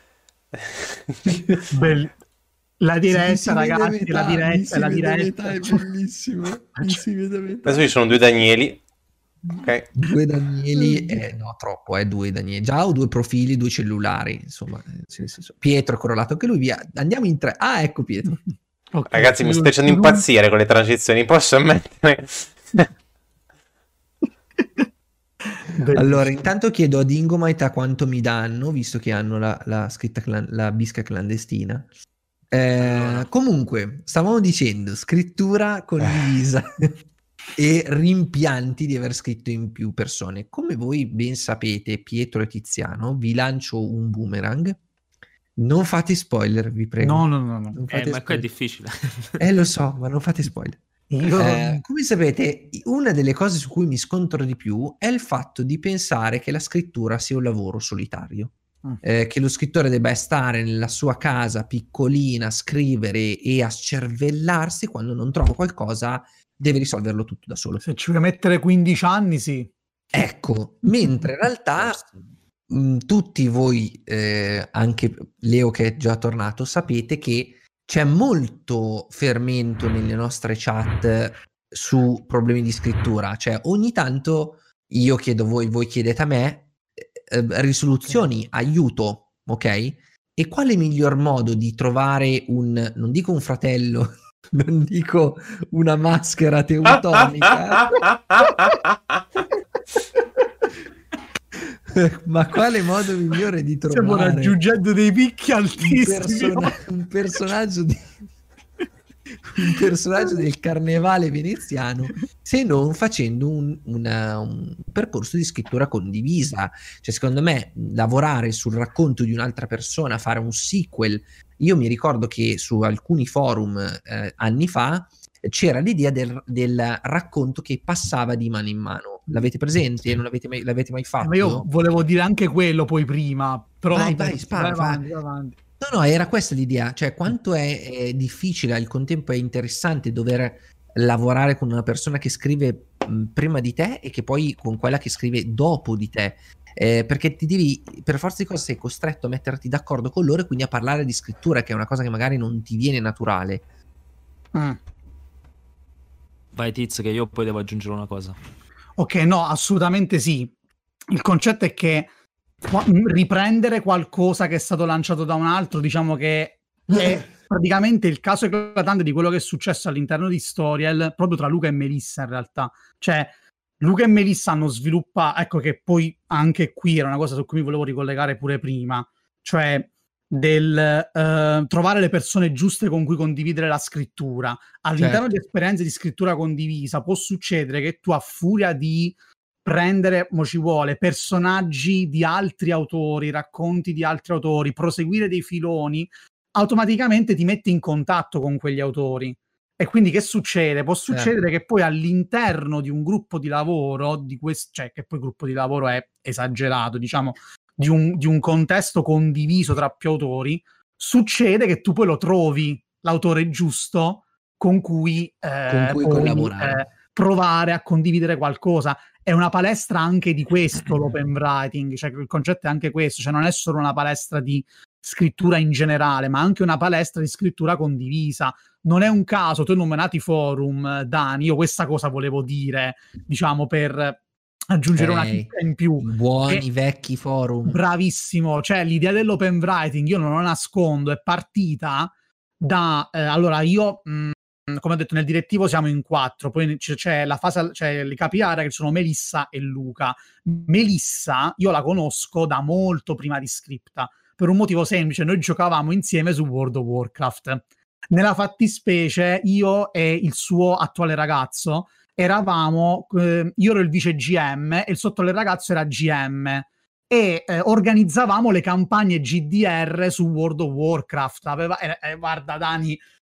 C: Bell- La diretta,
B: Si vede
C: ragazzi,
B: metà,
C: la
B: mi
C: diretta,
B: si
C: la
B: vede
C: diretta.
B: metà, è bellissimo. Mi si vede metà.
D: Adesso ci sono due Danieli. Ok.
B: Due Danieli, eh, no, troppo, eh, due Danieli. Già ho due profili, due cellulari, insomma. eh, nel senso- Pietro è crollato anche lui, via. Andiamo in tre. Ah, ecco Pietro.
C: Ok,
D: Ragazzi, mi
C: sì,
D: stai facendo
C: sì,
D: impazzire con le transizioni, posso ammettere?
C: bellissimo.
B: Allora, intanto chiedo a Dingomite quanto mi danno, visto che hanno la, la scritta clan- la bisca clandestina. Eh,
A: Allora.
B: Comunque, stavamo dicendo scrittura condivisa e rimpianti di aver scritto in più persone. Come voi ben sapete, Pietro e Tiziano, vi lancio un boomerang. Non fate spoiler, vi prego.
C: No, no, no, no.
B: Non
E: Eh,
B: fate
E: ma qua è
B: spoiler.
E: difficile.
B: Eh, lo so, ma non fate spoiler.
C: Io
B: Eh, come sapete, una delle cose su cui mi scontro di più è il fatto di pensare che la scrittura sia un lavoro solitario.
C: Mm.
B: Eh, che lo scrittore debba stare nella sua casa piccolina, scrivere e a scervellarsi, quando non trova qualcosa deve risolverlo tutto da solo.
C: se ci vuoi mettere quindici anni, sì.
B: Ecco, mentre in realtà mh, tutti voi, eh, anche Leo che è già tornato, sapete che c'è molto fermento nelle nostre chat su problemi di scrittura, cioè ogni tanto io chiedo a voi, voi chiedete a me eh, risoluzioni, aiuto, ok? E quale miglior modo di trovare un, non dico un fratello, non dico una maschera teutonica, ma quale modo migliore di
C: Stiamo
B: trovare
C: raggiungendo dei picchi
B: un,
C: altissimi.
B: persona- un personaggio di un personaggio del carnevale veneziano, se non facendo un, una- un percorso di scrittura condivisa. Cioè, secondo me, lavorare sul racconto di un'altra persona, fare un sequel. Io mi ricordo che su alcuni forum eh, anni fa c'era l'idea del, del racconto che passava di mano in mano. L'avete presente? Non l'avete mai, l'avete mai fatto?
C: Ma io volevo dire anche quello poi prima, però
B: Vai,
C: vabbè,
B: vai, spara,
C: vai
B: vai.
C: avanti, vai avanti.
B: No, no, era questa l'idea, cioè quanto è, è difficile, al contempo è interessante dover lavorare con una persona che scrive mh, prima di te e che poi con quella che scrive dopo di te, eh, perché ti devi, per forza di cose sei costretto a metterti d'accordo con loro e quindi a parlare di scrittura, che è una cosa che magari non ti viene naturale.
C: Mm.
E: Vai Tiz, che io poi devo aggiungere una cosa.
C: Ok, no, assolutamente sì. Il concetto è che qua- riprendere qualcosa che è stato lanciato da un altro, diciamo che è praticamente il caso eclatante di quello che è successo all'interno di Storiel, proprio tra Luca e Melissa in realtà. Cioè, Luca e Melissa hanno sviluppato, ecco che poi anche qui era una cosa su cui mi volevo ricollegare pure prima, cioè del eh, trovare le persone giuste con cui condividere la scrittura. All'interno
B: Certo.
C: di esperienze di scrittura condivisa può succedere che tu, a furia di prendere, mo ci vuole, personaggi di altri autori, racconti di altri autori, proseguire dei filoni, automaticamente ti metti in contatto con quegli autori. E quindi che succede? Può succedere
B: Certo.
C: che poi all'interno di un gruppo di lavoro, di questo, cioè che poi gruppo di lavoro è esagerato, diciamo, di un, di un contesto condiviso tra più autori, succede che tu poi lo trovi l'autore giusto con cui, eh,
B: Con cui
C: poi,
B: collaborare.
C: eh, provare a condividere qualcosa. È una palestra anche di questo l'open writing, cioè il concetto è anche questo, cioè non è solo una palestra di scrittura in generale, ma anche una palestra di scrittura condivisa. Non è un caso, tu hai nominato i forum, Dani, io questa cosa volevo dire, diciamo, per aggiungere
B: Ok.
C: una chicca in più.
B: I buoni
C: Che-
B: vecchi forum.
C: Bravissimo, cioè l'idea dell'open writing, io non lo nascondo, è partita da, eh, allora io, mh, come ho detto nel direttivo siamo in quattro, poi c- c'è la fase, c'è i capi area che sono Melissa e Luca. Melissa io la conosco da molto prima di Scripta, per un motivo semplice: noi giocavamo insieme su World of Warcraft. Nella fattispecie io e il suo attuale ragazzo eravamo, eh, io ero il vice G M e il suo attuale ragazzo era G M, e eh, organizzavamo le campagne G D R su World of Warcraft. Aveva, eh, eh, guarda Dani,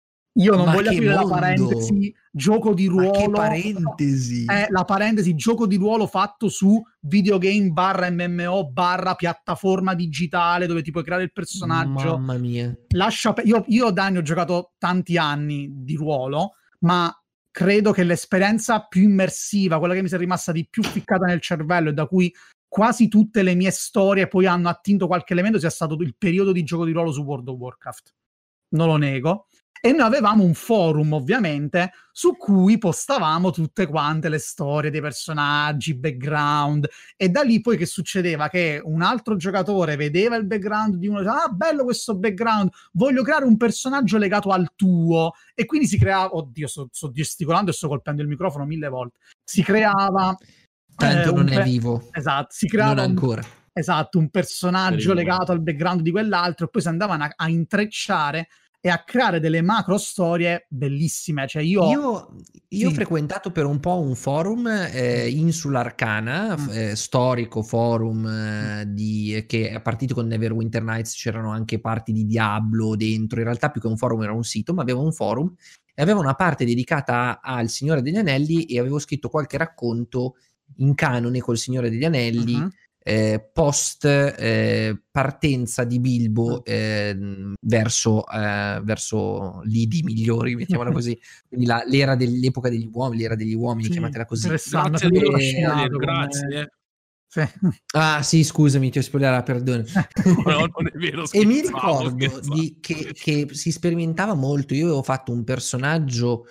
C: io non
B: Ma
C: voglio
B: che
C: aprire la
B: mondo!
C: parentesi gioco di
B: Ma
C: ruolo,
B: che parentesi!
C: è la parentesi gioco di ruolo fatto su videogame barra M M O barra piattaforma digitale dove ti puoi creare il personaggio.
B: Mamma mia.
C: Lascia pe- io, io Dani ho giocato tanti anni di ruolo, ma credo che l'esperienza più immersiva, quella che mi si è rimasta di più ficcata nel cervello e da cui quasi tutte le mie storie poi hanno attinto qualche elemento, sia stato il periodo di gioco di ruolo su World of Warcraft. Non lo nego. E noi avevamo un forum, ovviamente, su cui postavamo tutte quante le storie dei personaggi, background, e da lì poi che succedeva? Che un altro giocatore vedeva il background di uno e diceva: ah, bello questo background, voglio creare un personaggio legato al tuo, e quindi si creava, oddio, sto, sto gesticolando e sto colpendo il microfono mille volte, si creava
B: Tanto
C: eh,
B: non
C: un
B: è
C: pe-
B: vivo.
C: esatto, si
B: Non
C: creava un,
B: ancora.
C: esatto, un personaggio
E: Per il
C: legato al background di quell'altro, e poi si andavano a, a intrecciare e a creare delle macro storie bellissime. Cioè io,
B: Io, io
C: Sì.
B: ho frequentato per un po' un forum, eh, Insula Arcana,
C: Mm.
B: eh, storico forum, eh, di, che è partito con Neverwinter Nights, c'erano anche parti di Diablo dentro, in realtà più che un forum era un sito, ma aveva un forum e aveva una parte dedicata al Signore degli Anelli, e avevo scritto qualche racconto in canone col Signore degli Anelli,
C: Mhm.
B: eh, post eh, partenza di Bilbo eh, verso, eh, verso lidi migliori, mettiamola così, quindi la, l'era dell'epoca degli uomini, l'era degli uomini,
C: Sì,
B: chiamatela così.
C: interessante.
F: Grazie
C: Mi
F: dello
C: sono
F: spoiler,
C: affascinato come-
F: grazie.
C: Sì.
B: Ah sì, scusami, ti ho spoilerato, perdono.
F: No, non è vero,
B: E mi
F: scherzavo,
B: ricordo
F: scherzavo.
B: di, che, che si sperimentava molto. Io avevo fatto un personaggio,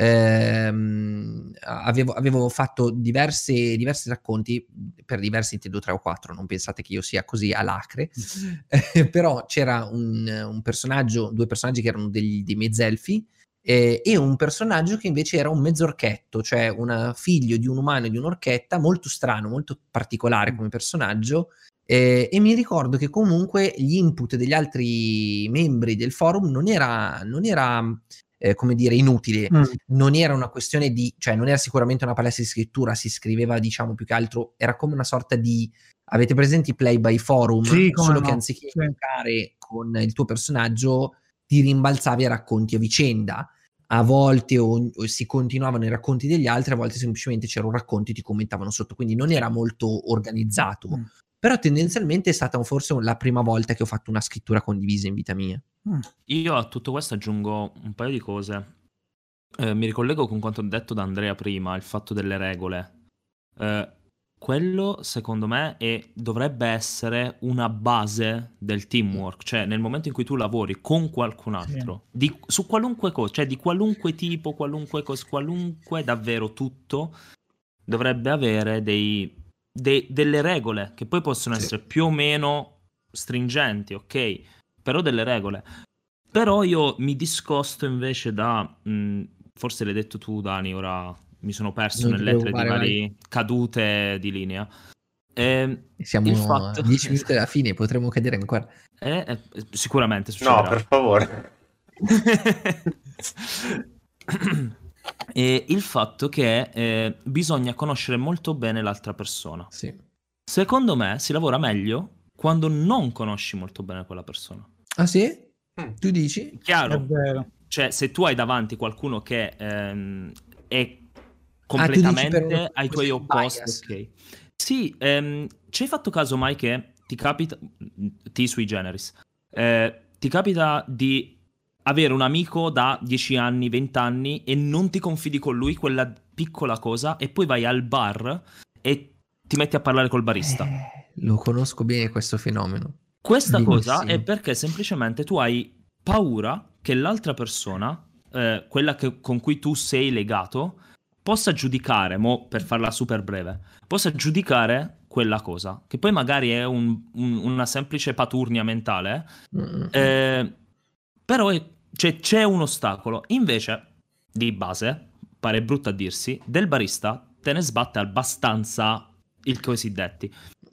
B: ehm, avevo, avevo fatto diverse, diversi racconti, per diversi intendo tre o quattro, non pensate che io sia così alacre, eh, però c'era un, un personaggio, due personaggi che erano degli, dei mezzelfi, eh, e un personaggio che invece era un mezzorchetto, cioè un figlio di un umano e di un'orchetta, molto strano, molto particolare come personaggio. Eh, e mi ricordo che comunque gli input degli altri membri del forum non era, non era eh, come dire, inutile,
C: Mm.
B: non era una questione di, cioè non era sicuramente una palestra di scrittura, si scriveva, diciamo, più che altro, era come una sorta di, avete presenti i play by forum?
C: Sì, come
B: Solo
C: no,
B: che anziché
C: sì.
B: giocare con il tuo personaggio ti rimbalzavi a racconti a vicenda. A volte o, o si continuavano i racconti degli altri, a volte semplicemente c'era un racconto e ti commentavano sotto, quindi non era molto organizzato.
C: Mm.
B: Però tendenzialmente è stata forse la prima volta che ho fatto una scrittura condivisa in vita mia.
C: Mm.
E: Io a tutto questo aggiungo un paio di cose. Eh, mi ricollego con quanto detto da Andrea prima, il fatto delle regole. Eh, quello, secondo me, è, dovrebbe essere una base del teamwork. Cioè, nel momento in cui tu lavori con qualcun altro, di, su qualunque cosa, cioè di qualunque tipo, qualunque cosa, qualunque, davvero tutto, dovrebbe avere dei, dei- delle regole, che poi possono
B: Sì.
E: essere più o meno stringenti, ok? Però delle regole. Però io mi discosto invece da, mh, forse l'hai detto tu Dani, ora mi sono perso
B: Non ti
E: nelle lettere di
B: preoccupare,
E: varie cadute di linea. Eh,
B: Siamo
E: il fatto...
B: a dieci minuti alla fine, potremmo cadere ancora.
E: Eh, eh, sicuramente
D: No,
E: succederà.
D: per favore.
E: E il fatto che eh, bisogna conoscere molto bene l'altra persona.
B: Sì.
E: Secondo me si lavora meglio quando non conosci molto bene quella persona.
B: Ah sì?
D: Mm.
B: Tu dici?
C: È
E: Chiaro,
C: vero.
E: cioè se tu hai davanti qualcuno che ehm, è
B: Ah, tu dici per
E: completamente
B: una
E: ai tuoi
B: questione di
E: opposti,
B: bias.
E: ok. Sì, ehm, ci hai fatto caso mai che ti capita, T sui generis, eh, ti capita di avere un amico da dieci anni, venti anni e non ti confidi con lui quella piccola cosa e poi vai al bar e ti metti a parlare col barista.
B: Eh, lo conosco bene questo fenomeno.
E: Questa cosa
B: Benissimo.
E: è perché semplicemente tu hai paura che l'altra persona, eh, quella che- con cui tu sei legato, possa giudicare, mo per farla super breve, possa giudicare quella cosa, che poi magari è un- un- una semplice paturnia mentale,
B: Mm.
E: eh, però è- cioè, c'è un ostacolo. Invece, di base, pare brutto a dirsi, del barista te ne sbatte abbastanza il cosiddetti.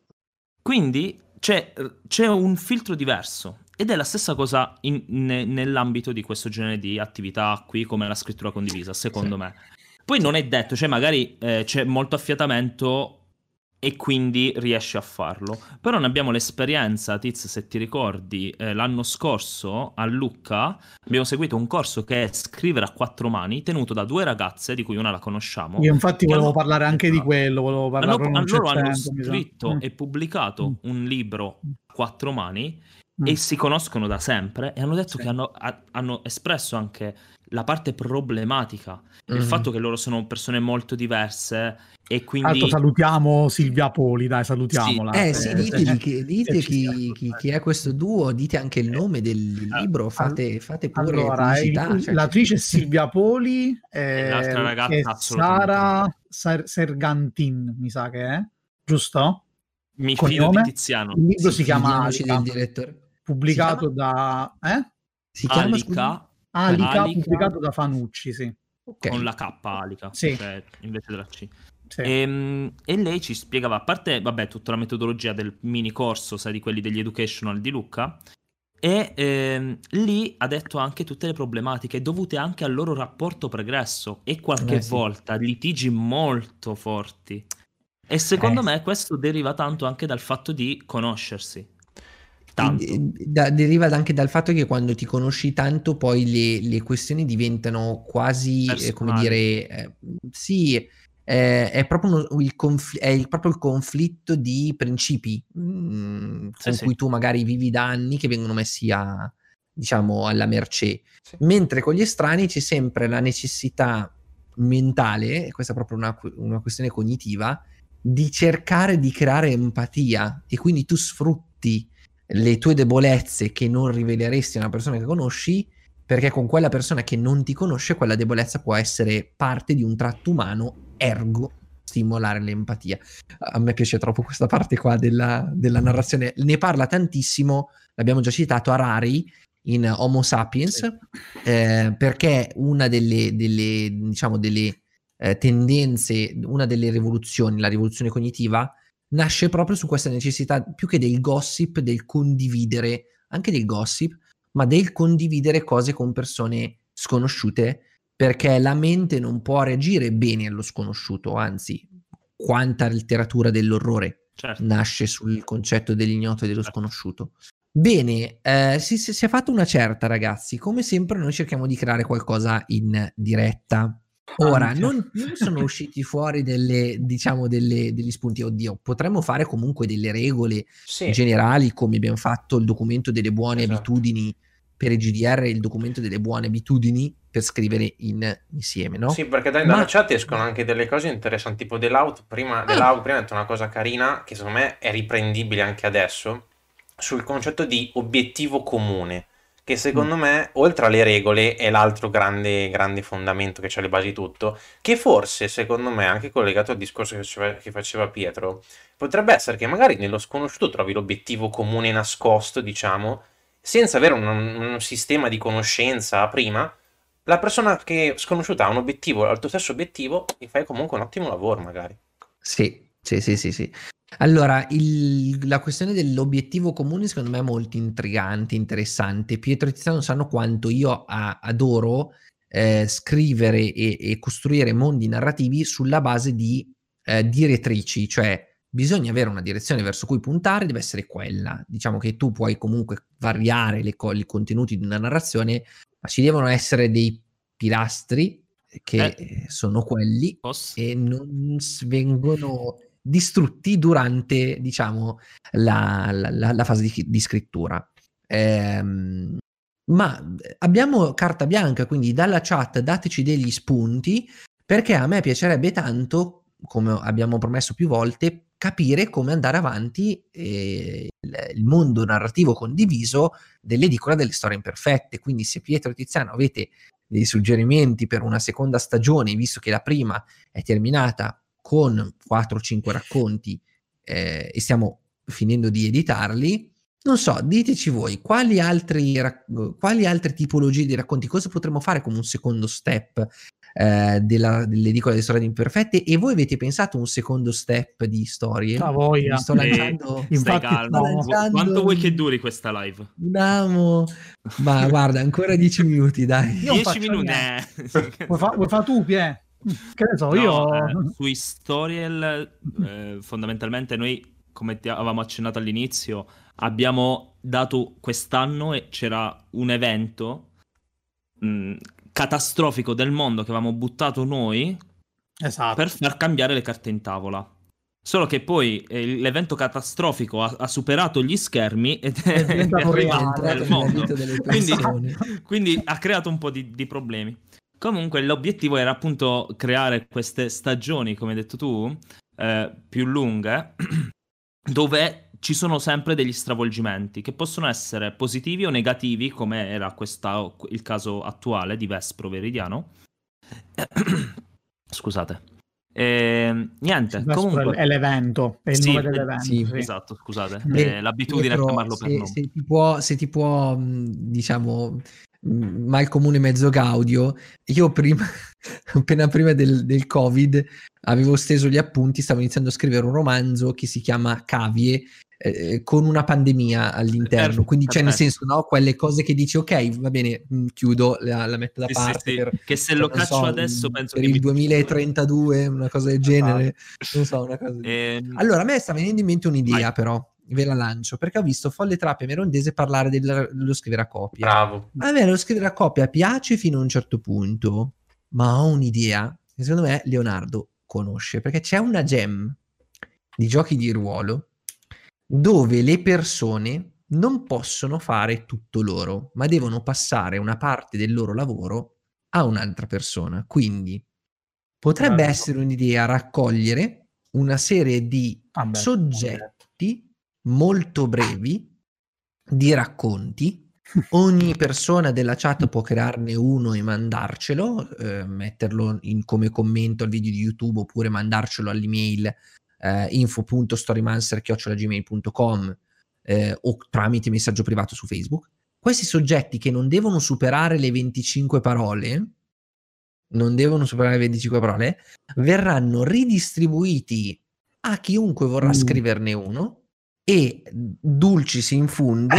E: Quindi c'è, c'è un filtro diverso ed è la stessa cosa in- ne- nell'ambito di questo genere di attività qui come la scrittura condivisa, secondo
B: Sì.
E: me. Poi non è detto, cioè magari eh, c'è molto affiatamento e quindi riesci a farlo. Però ne abbiamo l'esperienza, Tiz, se ti ricordi, eh, l'anno scorso a Lucca abbiamo seguito un corso che è scrivere a quattro mani, tenuto da due ragazze, di cui una la conosciamo.
C: Io infatti
E: che
C: volevo
E: hanno-
C: parlare anche di
E: Esatto.
C: quello, volevo parlare
E: Hanno-
C: proprio non c'è
E: loro hanno
C: tempo, mi sa.
E: scritto
C: Mm.
E: e pubblicato
C: Mm.
E: un libro a quattro mani
C: Mm.
E: e si conoscono da sempre e hanno detto
C: Sì.
E: che hanno, ha- hanno espresso anche la parte problematica, il
B: Mhm.
E: fatto che loro sono persone molto diverse e
C: Tra
E: quindi
C: l'altro salutiamo Silvia Poli, dai, salutiamola.
B: Eh sì,
C: Eh,
B: dite,
C: se-
B: chi, dite
C: se ci
B: chi,
C: sta.
B: chi- chi è questo duo, dite anche il nome del libro, fate, fate pure
C: Allora,
B: pubblicità.
C: il-
B: cioè-
C: l'attrice è Silvia Poli
E: E l'altra
C: eh,
E: ragazza
C: e
E: assolutamente
C: Sara Ser- Sergantin, mi sa che è, giusto?
E: mi
C: Con
E: fido di
C: nome?
E: Tiziano.
C: Il libro
B: Sì,
C: si chiama
B: fidiamoci
C: Alica,
B: del direttore.
C: pubblicato da... Eh?
B: Si chiama, scusa?
E: Alica,
C: Alica,
E: Alica.
C: pubblicato da Fanucci, sì.
B: Ok.
E: con la K Alica,
C: Sì.
E: cioè invece della C.
C: Sì.
E: Ehm, E, lei ci spiegava, a parte, vabbè, tutta la metodologia del mini corso, sai, di quelli degli educational di Lucca, e ehm, lì ha detto anche tutte le problematiche dovute anche al loro rapporto pregresso e qualche
B: Eh, sì.
E: volta litigi molto forti. E secondo
B: Eh,
E: me questo deriva tanto anche dal fatto di conoscersi. Tanto.
B: Da- deriva anche dal fatto che quando ti conosci tanto poi le, le questioni diventano quasi, eh, come
E: Personali.
B: dire, eh, sì, eh, è proprio uno- il, confl- è il- proprio il conflitto di principi mm,
E: Sì,
B: con
E: sì.
B: cui tu magari vivi da anni che vengono messi a, diciamo, alla mercé.
D: Sì.
B: Mentre con gli estranei c'è sempre la necessità mentale, e questa è proprio una, una questione cognitiva, di cercare di creare empatia e quindi tu sfrutti le tue debolezze che non riveleresti a una persona che conosci, perché con quella persona che non ti conosce quella debolezza può essere parte di un tratto umano, ergo stimolare l'empatia. A me piace troppo questa parte qua della, della narrazione, ne parla tantissimo, l'abbiamo già citato, Harari in Homo Sapiens,
E: Sì.
B: eh, perché una delle, delle diciamo delle eh, tendenze, una delle rivoluzioni, la rivoluzione cognitiva, nasce proprio su questa necessità più che del gossip, del condividere, anche del gossip, ma del condividere cose con persone sconosciute, perché la mente non può reagire bene allo sconosciuto, anzi, quanta letteratura dell'orrore
E: Certo.
B: nasce sul concetto dell'ignoto e dello
E: Certo.
B: sconosciuto. Bene, eh, si, si, si è fatto una certa, ragazzi. Come sempre noi cerchiamo di creare qualcosa in diretta. Ora,
C: Anche.
B: non, non sono usciti fuori delle, diciamo, delle, degli spunti. Oddio, potremmo fare comunque delle regole
D: Sì,
B: generali, come abbiamo fatto il documento delle buone
D: Esatto.
B: abitudini per i G D R e il documento delle buone abitudini per scrivere in, insieme, no?
D: sì, perché dai,
B: Ma-
D: dalla chat escono anche delle cose interessanti, tipo dell'out, prima, dell'out, prima ha detto una cosa carina, che secondo me è riprendibile anche adesso, sul concetto di obiettivo comune, che secondo me, oltre alle regole, è l'altro grande, grande fondamento che c'ha le basi di tutto, che forse, secondo me, anche collegato al discorso che faceva, che faceva Pietro, potrebbe essere che magari nello sconosciuto trovi l'obiettivo comune nascosto, diciamo, senza avere un, un sistema di conoscenza prima, la persona che sconosciuta ha un obiettivo, ha il tuo stesso obiettivo, e fai comunque un ottimo lavoro magari.
B: Sì, sì, sì, sì, sì. Allora, il- la questione dell'obiettivo comune secondo me è molto intrigante, interessante. Pietro e Tiziano sanno quanto io a- adoro eh, scrivere e, e costruire mondi narrativi sulla base di eh, direttrici, cioè bisogna avere una direzione verso cui puntare, deve essere quella. Diciamo che tu puoi comunque variare le co- i contenuti di una narrazione, ma ci devono essere dei pilastri che
E: Eh.
B: eh, sono quelli
E: Posso?
B: e non s- vengono distrutti durante, diciamo, la, la- la- la fase di, di scrittura. Ehm, ma abbiamo carta bianca, quindi dalla chat dateci degli spunti, perché a me piacerebbe tanto, come abbiamo promesso più volte, capire come andare avanti eh, il, il mondo narrativo condiviso dell'edicola delle storie imperfette. Quindi se Pietro e Tiziano avete dei suggerimenti per una seconda stagione, visto che la prima è terminata con quattro o cinque racconti eh, e stiamo finendo di editarli, non so, diteci voi quali, altri rac- quali altre tipologie di racconti, cosa potremmo fare come un secondo step eh, della, dell'edicola delle storie imperfette, e voi avete pensato un secondo step di storie?
C: A voglia.
B: Mi sto
E: Eh,
B: lanciando,
E: Stai
C: Infatti,
E: calmo.
B: sto lanciando
E: Quanto vuoi che
B: un-
E: duri questa live?
B: un amo, ma guarda, ancora dieci minuti, dai.
C: Io non
E: dieci
C: faccio
E: minuti.
C: niente.
E: Eh.
C: Vuoi fa, vuoi fa tu, Pie? Che ne so,
E: No,
C: io...
E: eh, sui Storiel, eh, fondamentalmente noi, come ti avevamo accennato all'inizio, abbiamo dato quest'anno e c'era un evento mh, catastrofico del mondo che avevamo buttato noi
C: Esatto.
E: per far cambiare le carte in tavola. Solo che poi eh, l'evento catastrofico ha, ha superato gli schermi ed è,
C: È diventato
E: è
C: reale.
E: arrivato nel
B: Nella
E: mondo.
B: vita delle
E: Quindi,
B: persone.
E: quindi ha creato un po' di, di problemi. Comunque l'obiettivo era appunto creare queste stagioni, come hai detto tu, eh, più lunghe, dove ci sono sempre degli stravolgimenti che possono essere positivi o negativi, come era questa, il caso attuale di Vespro Veridiano. Scusate. E, niente,
C: Vespro
E: comunque
C: è l'evento, è il
E: sì,
C: nome
E: eh,
C: dell'evento.
B: sì.
C: Sì.
E: esatto, scusate,
B: Beh,
E: è l'abitudine a
B: Pietro,
E: chiamarlo per
B: se,
E: nome.
B: se ti può, se ti può mh, diciamo, mh, mal comune mezzo gaudio, io prima, appena prima del, del Covid, avevo steso gli appunti, stavo iniziando a scrivere un romanzo che si chiama Cavie, eh, con una pandemia all'interno,
E: Per-
B: quindi cioè nel
E: perfetto.
B: senso, no, quelle cose che dici, ok, va bene, mh, chiudo, la, la metto da
E: Sì, sì,
B: parte,
E: sì,
B: per,
E: che se
B: cioè,
E: lo
B: non
E: caccio
B: so,
E: adesso
B: mh,
E: penso
B: per
E: che
B: il
E: mi...
B: duemilatrentadue, una cosa del genere, non so, una cosa...
E: Ehm,
B: Allora, a me sta venendo in mente un'idea,
E: vai.
B: però, ve la lancio, perché ho visto Folle Trappe Merondese parlare del- dello scrivere a copia.
D: Bravo.
B: A me lo scrivere a copia piace fino a un certo punto, ma ho un'idea che secondo me Leonardo conosce, perché c'è una gem di giochi di ruolo dove le persone non possono fare tutto loro, ma devono passare una parte del loro lavoro a un'altra persona. Quindi potrebbe
C: Bello.
B: essere un'idea raccogliere una serie di
C: Vabbè,
B: soggetti molto brevi di racconti. Ogni persona della chat può crearne uno e mandarcelo, eh, metterlo in, come commento al video di YouTube, oppure mandarcelo all'email eh, info punto storymancer chiocciola gmail punto com eh, o tramite messaggio privato su Facebook. Questi soggetti, che non devono superare le venticinque parole, non devono superare le venticinque parole, verranno ridistribuiti a chiunque vorrà
C: Mm.
B: scriverne uno, e dulcis in fundo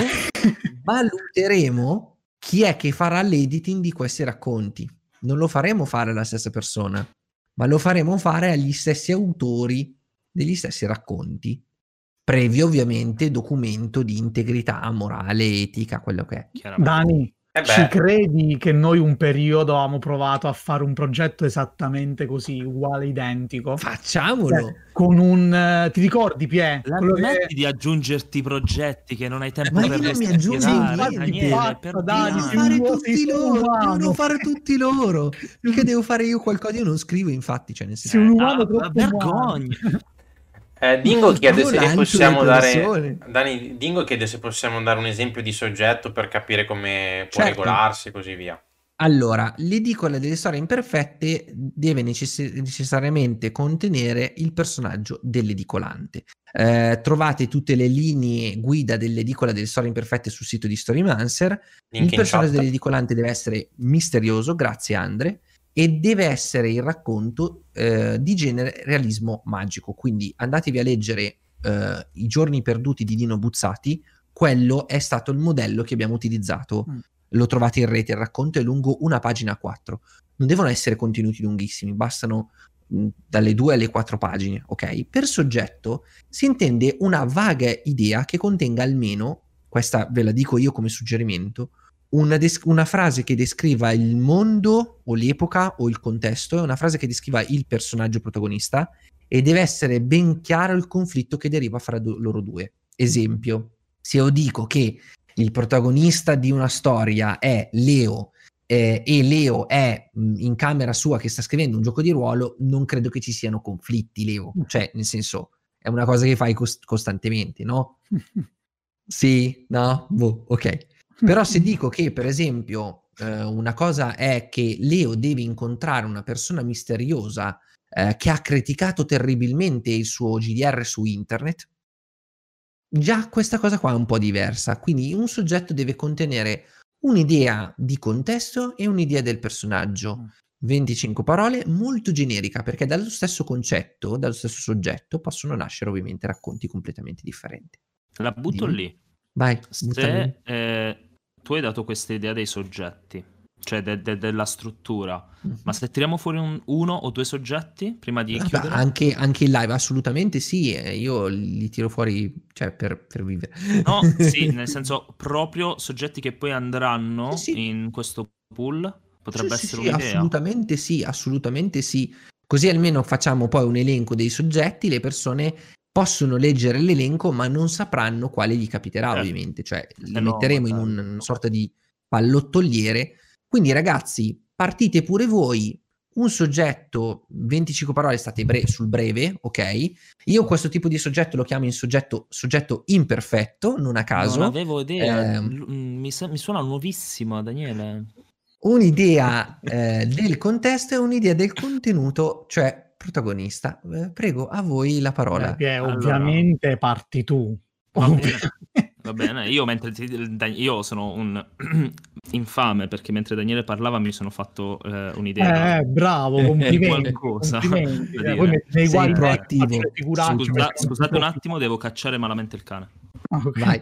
B: valuteremo chi è che farà l'editing di questi racconti. Non lo faremo fare alla stessa persona, ma lo faremo fare agli stessi autori degli stessi racconti, previo ovviamente documento di integrità morale, etica, quello che è.
E: Chiaramente.
C: Dani,
D: Eh
C: ci
D: beh,
C: credi che noi un periodo avevamo provato a fare un progetto esattamente così, uguale, identico?
B: Facciamolo!
C: Cioè, con un... eh, ti ricordi, Pie?
E: La
C: Quello
E: smetti
C: che...
E: di aggiungerti progetti che non hai tempo
B: Ma
E: per
B: io non mi
E: respirare,
B: aggiungo
C: infatti,
B: niente.
E: Daniele, per
C: Dani,
B: Devono
C: sei
E: Dio.
B: fare
C: un-
B: tutti
C: sei solo
B: loro,
C: umano.
B: devono fare tutti loro. Mica devo fare io qualcosa, io non scrivo, infatti, cioè nel senso,
C: Sei un umano
E: Ah,
C: troppo
E: vergogna.
D: eh, Dingo chiede
B: io
D: se
B: lancio
D: possiamo
B: le
D: dare.
B: persone.
D: Dani, Dingo chiede se possiamo dare un esempio di soggetto per capire come può
B: Certo.
D: regolarsi e così via.
B: Allora, l'edicola delle storie imperfette deve necess- necessariamente contenere il personaggio dell'edicolante. Eh, trovate tutte le linee guida dell'edicola delle storie imperfette sul sito di Storymancer.
D: Link
B: Il
D: in
B: personaggio
D: chat.
B: dell'edicolante deve essere misterioso, grazie Andre, e deve essere il racconto eh, di genere realismo magico. Quindi andatevi a leggere eh, I giorni perduti di Dino Buzzati. Quello è stato il modello che abbiamo utilizzato.
C: Mm.
B: Lo trovate in rete, il racconto è lungo una pagina a quattro. Non devono essere contenuti lunghissimi, bastano mh, dalle due alle quattro pagine, ok? Per soggetto si intende una vaga idea che contenga almeno, questa ve la dico io come suggerimento, una, des- una frase che descriva il mondo o l'epoca o il contesto, è una frase che descriva il personaggio protagonista e deve essere ben chiaro il conflitto che deriva fra do- loro due. Esempio, se io dico che il protagonista di una storia è Leo eh, e Leo è mh, in camera sua che sta scrivendo un gioco di ruolo, non credo che ci siano conflitti, Leo. Cioè, nel senso, è una cosa che fai cost- costantemente, no? Sì, no? Boh, ok. Però se dico che, per esempio, eh, una cosa è che Leo deve incontrare una persona misteriosa eh, che ha criticato terribilmente il suo G D R su internet, già questa cosa qua è un po' diversa. Quindi un soggetto deve contenere un'idea di contesto e un'idea del personaggio. venticinque parole, molto generica, perché dallo stesso concetto, dallo stesso soggetto, possono nascere ovviamente racconti completamente differenti.
E: La butto
B: Dimmi.
E: lì.
B: Vai, buttami lì.
E: Se eh, tu hai dato questa idea dei soggetti, cioè de- de- della struttura,
B: Mhm.
E: ma se tiriamo fuori un- uno o due soggetti prima di
B: Vabbè,
E: chiudere?
B: anche, anche in live, assolutamente sì, eh, io li tiro fuori, cioè, per, per vivere.
E: No, sì, nel senso proprio soggetti che poi andranno
B: Sì, sì.
E: in questo pool, potrebbe
B: Sì, sì,
E: essere
B: sì,
E: un'idea.
B: assolutamente sì, assolutamente sì. Così almeno facciamo poi un elenco dei soggetti, le persone possono leggere l'elenco, ma non sapranno quale gli capiterà,
E: Certo.
B: ovviamente. Cioè, li
E: Eh no,
B: metteremo in
E: magari.
B: un- una sorta di pallottoliere. Quindi, ragazzi, partite pure voi. Un soggetto, venticinque parole, state bre- sul breve, ok? Io questo tipo di soggetto lo chiamo in soggetto, soggetto imperfetto, non a caso.
E: Non avevo idea,
B: Ehm,
E: L- mm, mi, sa- mi suona nuovissimo, Daniele.
B: un'idea eh, del contesto e un'idea del contenuto, cioè protagonista. Eh, prego, a voi la parola.
C: Beh, Pie,
E: Allora.
C: ovviamente parti tu.
E: Va bene, va bene. Io mentre ti- io sono un infame perché mentre Daniele parlava mi sono fatto eh, un'idea.
C: Eh, bravo,
E: Di
C: complimenti,
E: qualcosa
C: complimenti.
E: da
C: Cioè,
E: dire.
C: poi metti nei
B: Sei
C: guai
B: proattivo.
C: faccio le figuracce,
E: Scusa-
C: perché non
E: scusate
C: si
E: un
C: può
E: attimo, devo cacciare malamente il cane.
C: Ah, ok.
B: Vai.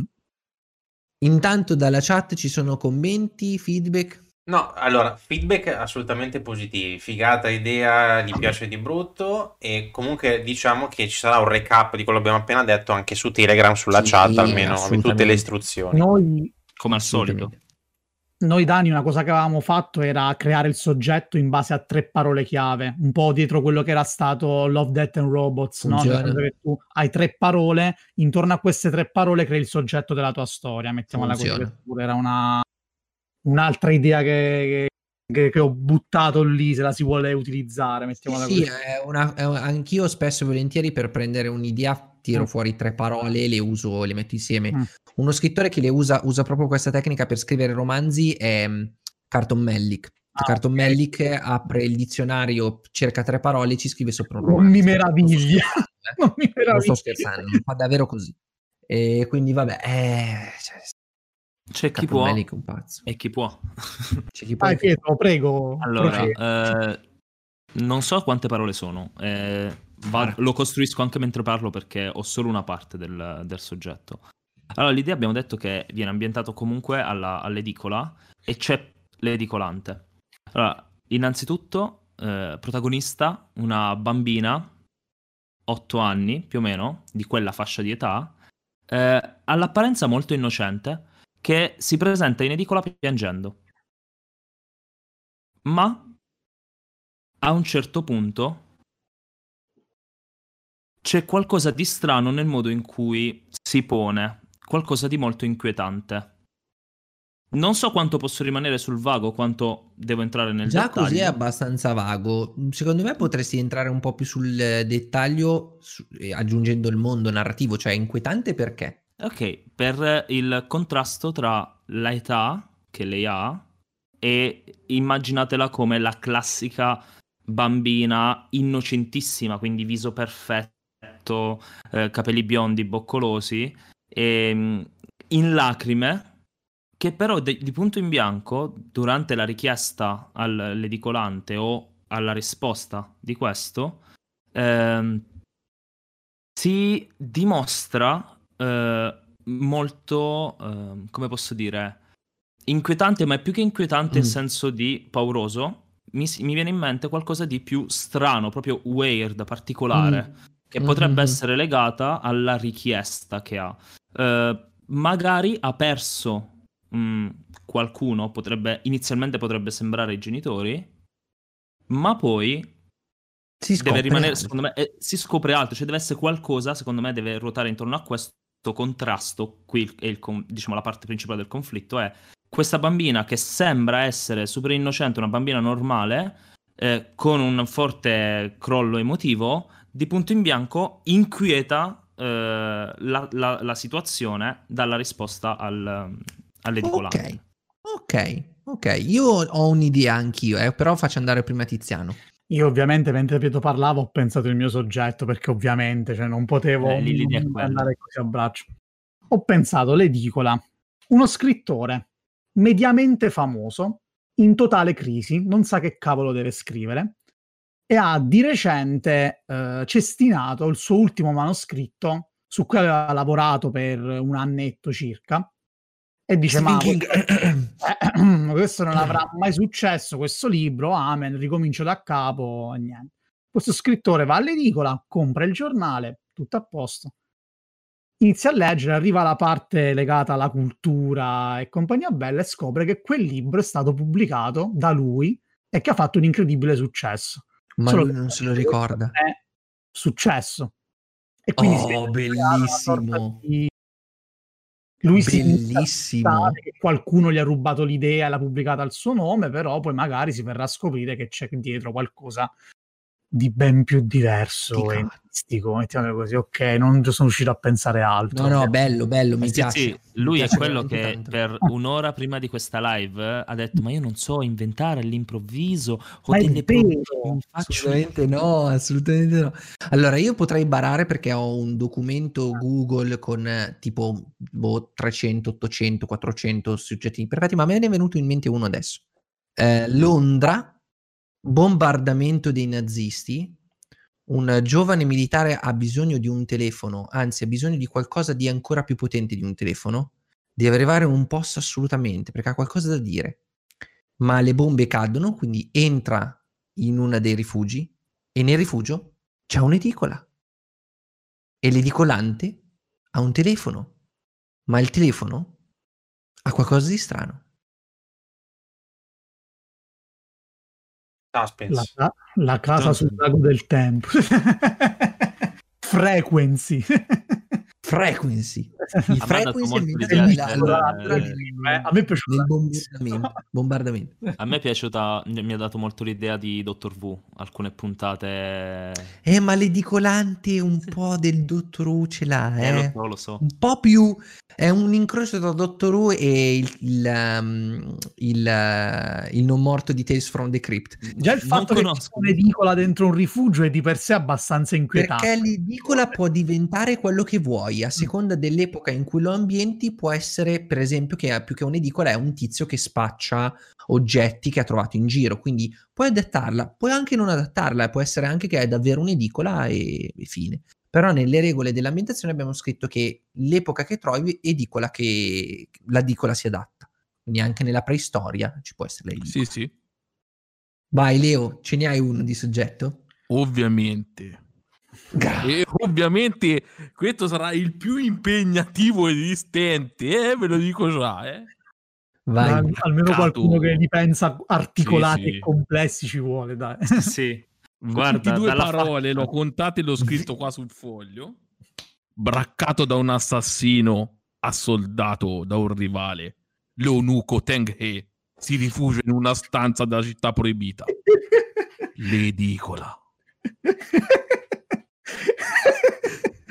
B: Intanto dalla chat ci sono commenti, feedback.
D: No, allora, feedback assolutamente positivi, figata idea, gli piace di brutto e comunque diciamo che ci sarà un recap di quello che abbiamo appena detto anche su Telegram, sulla
B: Sì,
D: chat almeno, tutte
B: assolutamente.
D: le istruzioni.
C: Noi,
E: Come al solito.
B: Assolutamente.
C: noi, Dani, una cosa che avevamo fatto era creare il soggetto in base a tre parole chiave, un po' dietro quello che era stato Love, Death and Robots, no? Nel
B: Funziona.
C: senso che tu hai tre parole, intorno a queste tre parole crei il soggetto della tua storia, mettiamola così.
B: Funziona.
C: Questa pure era una, un'altra idea che, che, che ho buttato lì, se la si vuole utilizzare, mettiamola
B: Sì,
C: così.
B: è una, è un- anch'io spesso e volentieri per prendere un'idea tiro
C: Mm.
B: fuori tre parole, le uso, le metto insieme.
C: Mm.
B: Uno scrittore che le usa, usa proprio questa tecnica per scrivere romanzi è mm, Carton Mellick.
C: Ah,
B: Carton
C: ok.
B: Mellick apre il dizionario, cerca tre parole e ci scrive sopra un
C: Non
B: romanzo.
C: mi meraviglia. Non mi
B: Non sto
C: meraviglia.
B: scherzando, fa davvero così. E quindi vabbè, eh, cioè,
E: C'è chi
B: Carton
E: può
B: Mellick è un pazzo.
E: e chi può.
B: C'è chi può
C: Vai
B: e chi può.
C: Pietro, prego.
E: Allora,
C: procedi.
E: eh, non so quante parole sono. eh, va- lo costruisco anche mentre parlo perché ho solo una parte del, del soggetto. Allora, l'idea abbiamo detto che viene ambientato comunque alla- all'edicola e c'è l'edicolante. Allora, innanzitutto, eh, protagonista, una bambina, otto anni più o meno, di quella fascia di età, eh, all'apparenza molto innocente, che si presenta in edicola piangendo. Ma a un certo punto c'è qualcosa di strano nel modo in cui si pone, qualcosa di molto inquietante. Non so quanto posso rimanere sul vago, quanto devo entrare nel
B: Già
E: dettaglio.
B: così è abbastanza vago. Secondo me potresti entrare un po' più sul eh, dettaglio su- eh, aggiungendo il mondo narrativo, cioè inquietante perché?
E: Ok, per il contrasto tra l'età che lei ha e immaginatela come la classica bambina innocentissima, quindi viso perfetto, eh, capelli biondi, boccolosi, e, in lacrime, che però de- di punto in bianco, durante la richiesta all'edicolante o alla risposta di questo, ehm, si dimostra eh, molto, eh, come posso dire, inquietante, ma è più che inquietante in
B: Mm.
E: senso di pauroso. Mi, mi viene in mente qualcosa di più strano, proprio weird, particolare,
B: Mm.
E: che potrebbe
B: Mhm.
E: essere legata alla richiesta che ha. Eh, magari ha perso mh, qualcuno, potrebbe, inizialmente potrebbe sembrare ai genitori, ma poi
B: Si
E: deve
B: scopre
E: rimanere,
B: altro.
E: secondo me, eh, si scopre altro, cioè deve essere qualcosa, secondo me, deve ruotare intorno a questo contrasto. Qui è il, con- diciamo, la parte principale del conflitto è questa bambina che sembra essere super innocente, una bambina normale, eh, con un forte crollo emotivo, di punto in bianco inquieta eh, la, la- la situazione dalla risposta al, all'edicolante.
B: Ok, ok, ok. Io ho un'idea anch'io, eh, però faccio andare prima Tiziano.
C: Io ovviamente mentre Pietro parlava ho pensato il mio soggetto, perché ovviamente cioè, non potevo
E: Eh, lì l'idea è
C: non
E: quella.
C: andare così a braccio. Ho pensato l'edicola, uno scrittore mediamente famoso, in totale crisi, non sa che cavolo deve scrivere, e ha di recente eh, cestinato il suo ultimo manoscritto su cui aveva lavorato per un annetto circa, e dice:
B: Stephen
C: ma
B: King.
C: eh, questo non avrà mai successo, questo libro, amen, ricomincio da capo e niente. Questo scrittore va all'edicola, compra il giornale, tutto a posto, inizia a leggere, arriva alla parte legata alla cultura e compagnia bella e scopre che quel libro è stato pubblicato da lui e che ha fatto un incredibile successo.
B: Ma
C: Solo
B: lui
C: che
B: non se lo
C: questo
B: ricorda.
C: non è successo. E quindi si
B: Oh,
C: vede creare una sorta
B: bellissimo.
C: di... Lui si inizia a
B: Bellissimo.
C: pensare che qualcuno gli ha rubato l'idea e l'ha pubblicata al suo nome, però poi magari si verrà a scoprire che c'è dietro qualcosa di ben più diverso
B: Sti
C: e
B: cazzi.
C: mistico, mettiamolo così. Ok, non sono riuscito a pensare altro.
B: No, no, bello, bello, mi
E: Eh sì,
B: piace.
E: sì, lui
B: Mi
E: è
B: piace
E: quello
B: veramente
E: che
B: tanto.
E: per un'ora prima di questa live ha detto: ma io non so inventare all'improvviso, ho
C: Ma è
E: delle
C: vero.
E: problemi, mi faccio...
B: Assolutamente no, assolutamente no. Allora, io potrei barare perché ho un documento Google con eh, tipo boh, trecento, ottocento, quattrocento soggetti perfetti, ma me ne è venuto in mente uno adesso. Eh, Londra, bombardamento dei nazisti. Un giovane militare ha bisogno di un telefono, anzi ha bisogno di qualcosa di ancora più potente di un telefono. Deve arrivare a un posto assolutamente, perché ha qualcosa da dire. Ma le bombe cadono, quindi entra in uno dei rifugi e nel rifugio c'è un'edicola. E l'edicolante ha un telefono, ma il telefono ha qualcosa di strano.
C: La,
D: Suspense.
C: la- la casa sul lago del tempo. Frequency.
B: Frequency.
E: A
B: Il
E: me ha dato
B: frequency
E: molto
B: è
E: l'idea
B: la,
E: del-
B: lo
C: eh,
B: entra nel,
C: a me è piaciuto
B: nel
C: tantissimo.
B: bombardamento. bombardamento.
E: A me è piaciuta, mi ha dato molto l'idea di Doctor Who, alcune puntate...
B: Eh, ma l'edicolante un
E: Sì.
B: po' del Dottor Who ce l'ha,
E: Eh, lo
B: eh.
E: so, lo so.
B: Un po' più... È un incrocio tra Doctor Who e il, il, um, il, uh, il non morto di Tales from the Crypt.
C: Già il
E: Non
C: fatto che ci
E: conosco.
C: sia un'edicola dentro un rifugio è di per sé abbastanza inquietante.
B: Perché l'edicola può diventare quello che vuoi, a seconda dell'epoca in cui lo ambienti. Può essere, per esempio, che più che un'edicola è un tizio che spaccia oggetti che ha trovato in giro, quindi puoi adattarla, puoi anche non adattarla, può essere anche che è davvero un'edicola e, e fine. Però nelle regole dell'ambientazione abbiamo scritto che l'epoca che trovi è edicola che l'edicola si adatta, quindi anche nella preistoria ci può essere l'edicola.
F: Sì, sì,
B: Vai Leo, ce ne hai uno di soggetto?
F: ovviamente.
B: Gra-
F: E ovviamente questo sarà il più impegnativo esistente, eh, ve lo dico già, eh.
B: Vai.
C: Ma almeno
F: Braccato.
C: qualcuno che li pensa articolati
F: Sì, sì.
C: e complessi ci vuole, dai.
E: Sì, guarda,
F: ventidue
E: dalla
F: parole,
E: faccia.
F: l'ho contate e l'ho scritto qua sul foglio. Braccato da un assassino, assoldato da un rivale, l'eunuco Teng He si rifugia in una stanza della città proibita. L'edicola.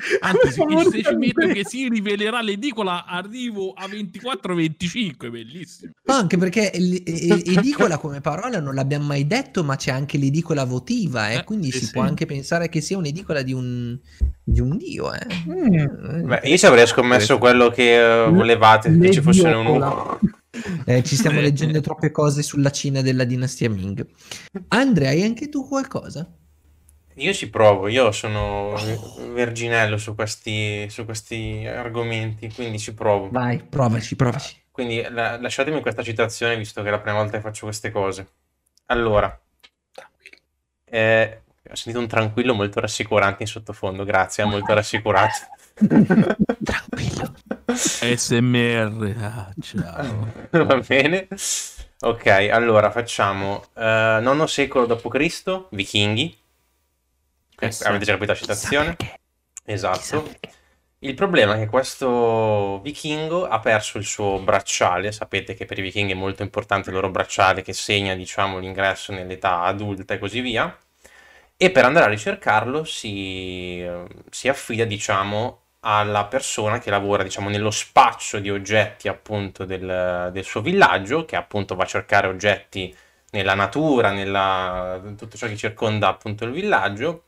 F: Anzi, se, se ci metto che si rivelerà l'edicola, arrivo a ventiquattro venticinque, bellissimo.
B: No, anche perché l- e- edicola come parola non l'abbiamo mai detto, ma c'è anche l'edicola votiva, eh,
F: Eh,
B: quindi
F: sì,
B: si
F: sì.
B: può anche pensare che sia un'edicola di un, di un dio. Eh.
C: Mm.
D: Beh, io ci avrei scommesso quello che eh, volevate, che ci fosse un
C: L'ediocola.
B: Eh, ci stiamo
F: Eh.
B: leggendo troppe cose sulla Cina della dinastia Ming. Andrea, hai anche tu qualcosa?
D: Io ci provo, io sono verginello su questi, su questi argomenti, quindi ci provo.
B: Vai, provaci, provaci.
D: Quindi la- lasciatemi questa citazione, visto che è la prima volta che faccio queste cose. Allora, eh, ho sentito un tranquillo molto rassicurante in sottofondo, grazie, è molto rassicurante.
B: Tranquillo.
F: S M R, ah, ciao.
D: Va bene. Ok, allora facciamo eh, nono secolo dopo Cristo, vichinghi.
E: Eh sì.
D: Avete già capito la
B: Chissà
D: citazione?
B: perché.
D: Esatto.
B: Chissà perché.
D: Il problema è che questo vichingo ha perso il suo bracciale. Sapete che per i vichinghi è molto importante il loro bracciale che segna, diciamo, l'ingresso nell'età adulta e così via. E per andare a ricercarlo si, si affida, diciamo, alla persona che lavora, diciamo, nello spaccio di oggetti appunto del, del suo villaggio, che appunto va a cercare oggetti nella natura, nella tutto ciò che circonda appunto il villaggio.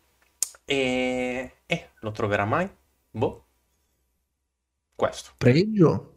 D: E, e lo troverà mai? Boh. Questo.
B: Pregio.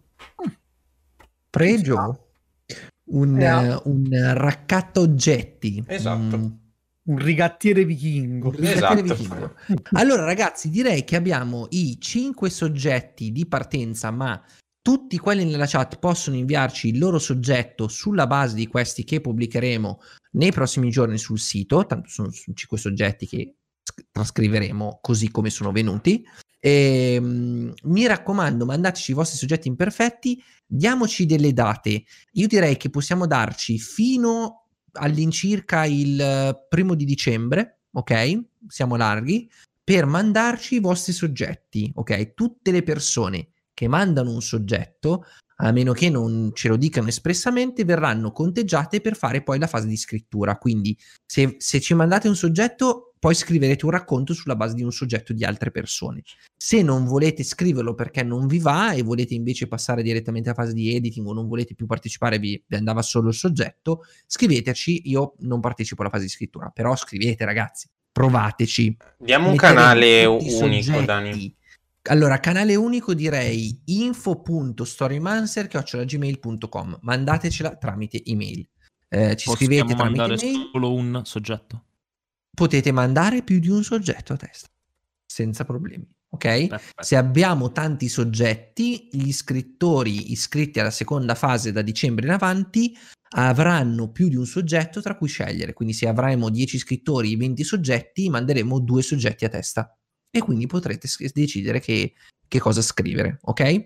B: Pregio. Un,
C: Eh,
B: eh, un raccatto oggetti.
D: Esatto.
B: Un-
C: Un rigattiere vichingo.
B: Un rigattiere
D: Esatto.
B: vichingo. Allora, ragazzi, direi che abbiamo i cinque soggetti di partenza, ma tutti quelli nella chat possono inviarci il loro soggetto sulla base di questi che pubblicheremo nei prossimi giorni sul sito. Tanto sono cinque soggetti che sc- trascriveremo così come sono venuti. E, mm, mi raccomando, mandateci i vostri soggetti imperfetti, diamoci delle date. Io direi che possiamo darci fino all'incirca il eh, primo di dicembre, ok? Siamo larghi, per mandarci i vostri soggetti, ok? Tutte le persone che mandano un soggetto, a meno che non ce lo dicano espressamente, verranno conteggiate per fare poi la fase di scrittura. Quindi se, se ci mandate un soggetto, poi scriverete un racconto sulla base di un soggetto di altre persone. Se non volete scriverlo perché non vi va e volete invece passare direttamente alla fase di editing o non volete più partecipare, vi, vi andava solo il soggetto, scriveteci. Io non partecipo alla fase di scrittura, però scrivete, ragazzi, provateci.
D: Diamo un
B: Metteremo
D: canale
B: tutti i
D: unico,
B: soggetti.
D: Dani.
B: Allora, canale unico direi info punto storymancer chiocciola gmail punto com. Mandatecela tramite email. Eh, ci
E: Possiamo
B: scrivete tramite
E: mandare
B: email.
E: solo un soggetto.
B: Potete mandare più di un soggetto a testa senza problemi, ok?
E: Perfetto.
B: Se abbiamo tanti soggetti, gli scrittori iscritti alla seconda fase da dicembre in avanti avranno più di un soggetto tra cui scegliere. Quindi se avremo dieci scrittori, venti soggetti, manderemo due soggetti a testa e quindi potrete s- decidere che, che cosa scrivere, ok? Eh,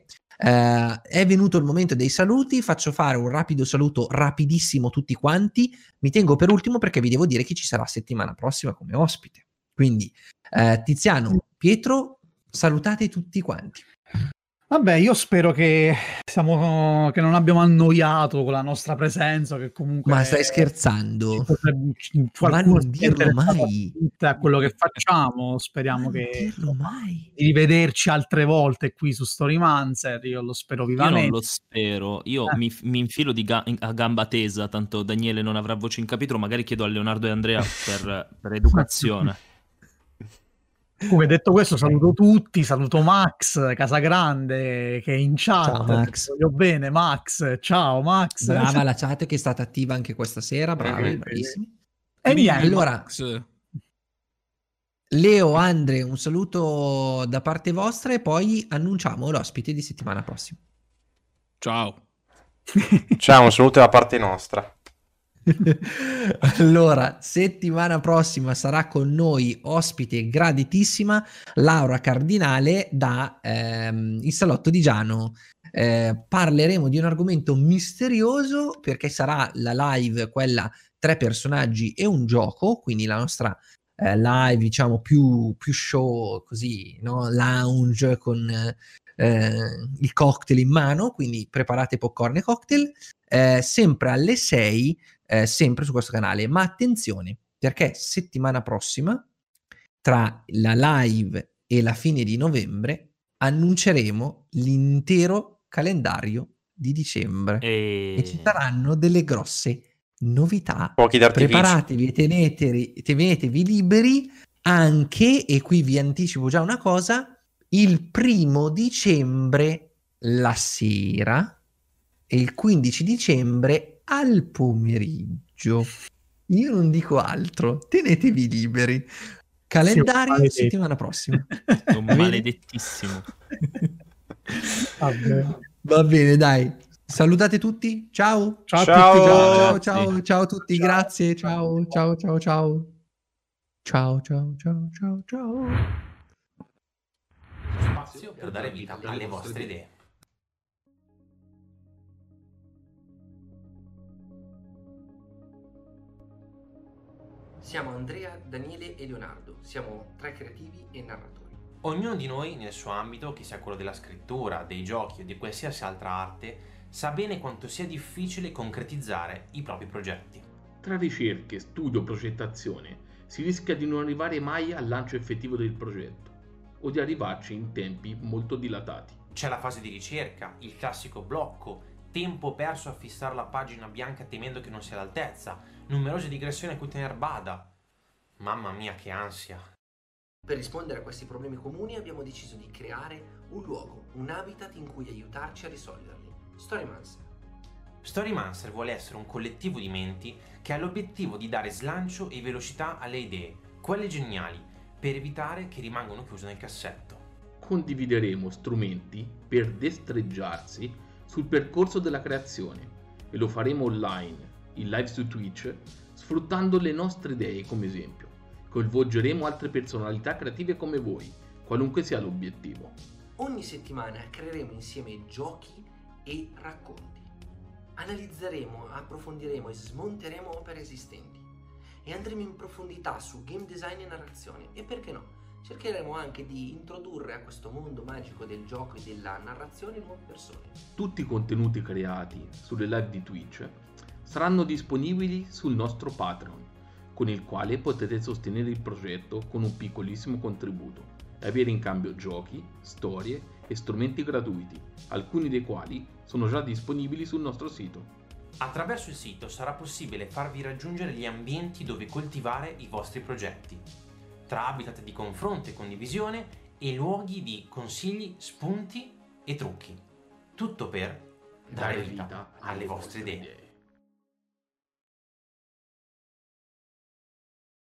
B: è venuto il momento dei saluti, faccio fare un rapido saluto rapidissimo a tutti quanti. Mi tengo per ultimo perché vi devo dire che ci sarà settimana prossima come ospite. Quindi eh, Tiziano, Pietro, salutate tutti quanti.
C: Vabbè, io spero che, siamo, che non abbiamo annoiato con la nostra presenza, che comunque...
B: Ma stai scherzando?
C: potrebbe-
B: Ma
C: qualcuno
B: non
C: sia
B: dirlo
C: interessato
B: mai.
C: a quello che facciamo. Speriamo
B: Ma non
C: che
B: dirlo mai.
C: di rivederci altre volte qui su Storymancer. Io lo spero
E: Io
C: vivamente.
E: non lo spero, io
C: Eh.
E: mi, mi infilo di ga- a gamba tesa, tanto Daniele non avrà voce in capitolo, magari chiedo a Leonardo e Andrea per, per educazione.
C: Comunque, detto questo, saluto tutti, saluto Max Casagrande che è in chat.
B: Ciao, Max.
C: Voglio bene, Max. Ciao, Max.
B: Brava la chat che è stata attiva anche questa sera, bravi,
D: Mhm.
B: bravissimi.
C: E
F: Vivi,
C: niente,
B: allora-
F: Max.
B: Leo, Andre, un saluto da parte vostra e poi annunciamo l'ospite di settimana prossima.
F: Ciao.
D: Ciao, un saluto da parte nostra.
B: Allora, settimana prossima sarà con noi ospite graditissima Laura Cardinale da ehm, il Salotto di Giano. Eh, parleremo di un argomento misterioso perché sarà la live, quella tre personaggi e un gioco, quindi la nostra eh, live diciamo più, più show così, no? Lounge con eh, il cocktail in mano, quindi preparate popcorn e cocktail, eh, sempre alle sei. Eh, sempre su questo canale, ma attenzione perché settimana prossima tra la live e la fine di novembre annunceremo l'intero calendario di dicembre
E: E...
B: e ci saranno delle grosse novità.
D: Fuochi d'artificio.
B: Preparatevi e teneteri- tenetevi liberi anche, e qui vi anticipo già una cosa, il primo dicembre la sera e il quindici dicembre al pomeriggio. Io non dico altro, tenetevi liberi. Calendario
C: Sì,
B: settimana prossima.
E: Un maledettissimo.
C: Vabbè.
B: Va bene, dai. Salutate tutti. Ciao.
C: Ciao,
D: Ciao.
C: a tutti.
B: Ciao,
E: Grazie.
B: ciao, ciao a tutti.
C: Ciao.
B: Grazie. Ciao, ciao, ciao, ciao. Ciao, ciao, ciao, ciao, ciao.
A: Spazio per dare vita alle vostre idee.
G: Siamo Andrea, Daniele e Leonardo, siamo tre creativi e narratori.
A: Ognuno di noi nel suo ambito, che sia quello della scrittura, dei giochi o di qualsiasi altra arte, sa bene quanto sia difficile concretizzare i propri progetti.
H: Tra ricerche, studio, progettazione, si rischia di non arrivare mai al lancio effettivo del progetto, o di arrivarci in tempi molto dilatati.
A: C'è la fase di ricerca, il classico blocco, tempo perso a fissare la pagina bianca temendo che non sia all'altezza, numerose digressioni a cui tener bada. Mamma mia, che ansia!
G: Per rispondere a questi problemi comuni abbiamo deciso di creare un luogo, un habitat in cui aiutarci a risolverli. Storymancer.
A: Storymancer vuole essere un collettivo di menti che ha l'obiettivo di dare slancio e velocità alle idee, quelle geniali, per evitare che rimangano chiuse nel cassetto.
H: Condivideremo strumenti per destreggiarsi sul percorso della creazione e lo faremo online, in live su Twitch, sfruttando le nostre idee come esempio. Coinvolgeremo altre personalità creative come voi, qualunque sia l'obiettivo.
G: Ogni settimana creeremo insieme giochi e racconti. Analizzeremo, approfondiremo e smonteremo opere esistenti. E andremo in profondità su game design e narrazione. E perché no? Cercheremo anche di introdurre a questo mondo magico del gioco e della narrazione nuove persone.
H: Tutti i contenuti creati sulle live di Twitch saranno disponibili sul nostro Patreon, con il quale potete sostenere il progetto con un piccolissimo contributo e avere in cambio giochi, storie e strumenti gratuiti, alcuni dei quali sono già disponibili sul nostro sito.
A: Attraverso il sito sarà possibile farvi raggiungere gli ambienti dove coltivare i vostri progetti, tra habitat di confronto e condivisione e luoghi di consigli, spunti e trucchi. Tutto per dare vita alle vostre idee.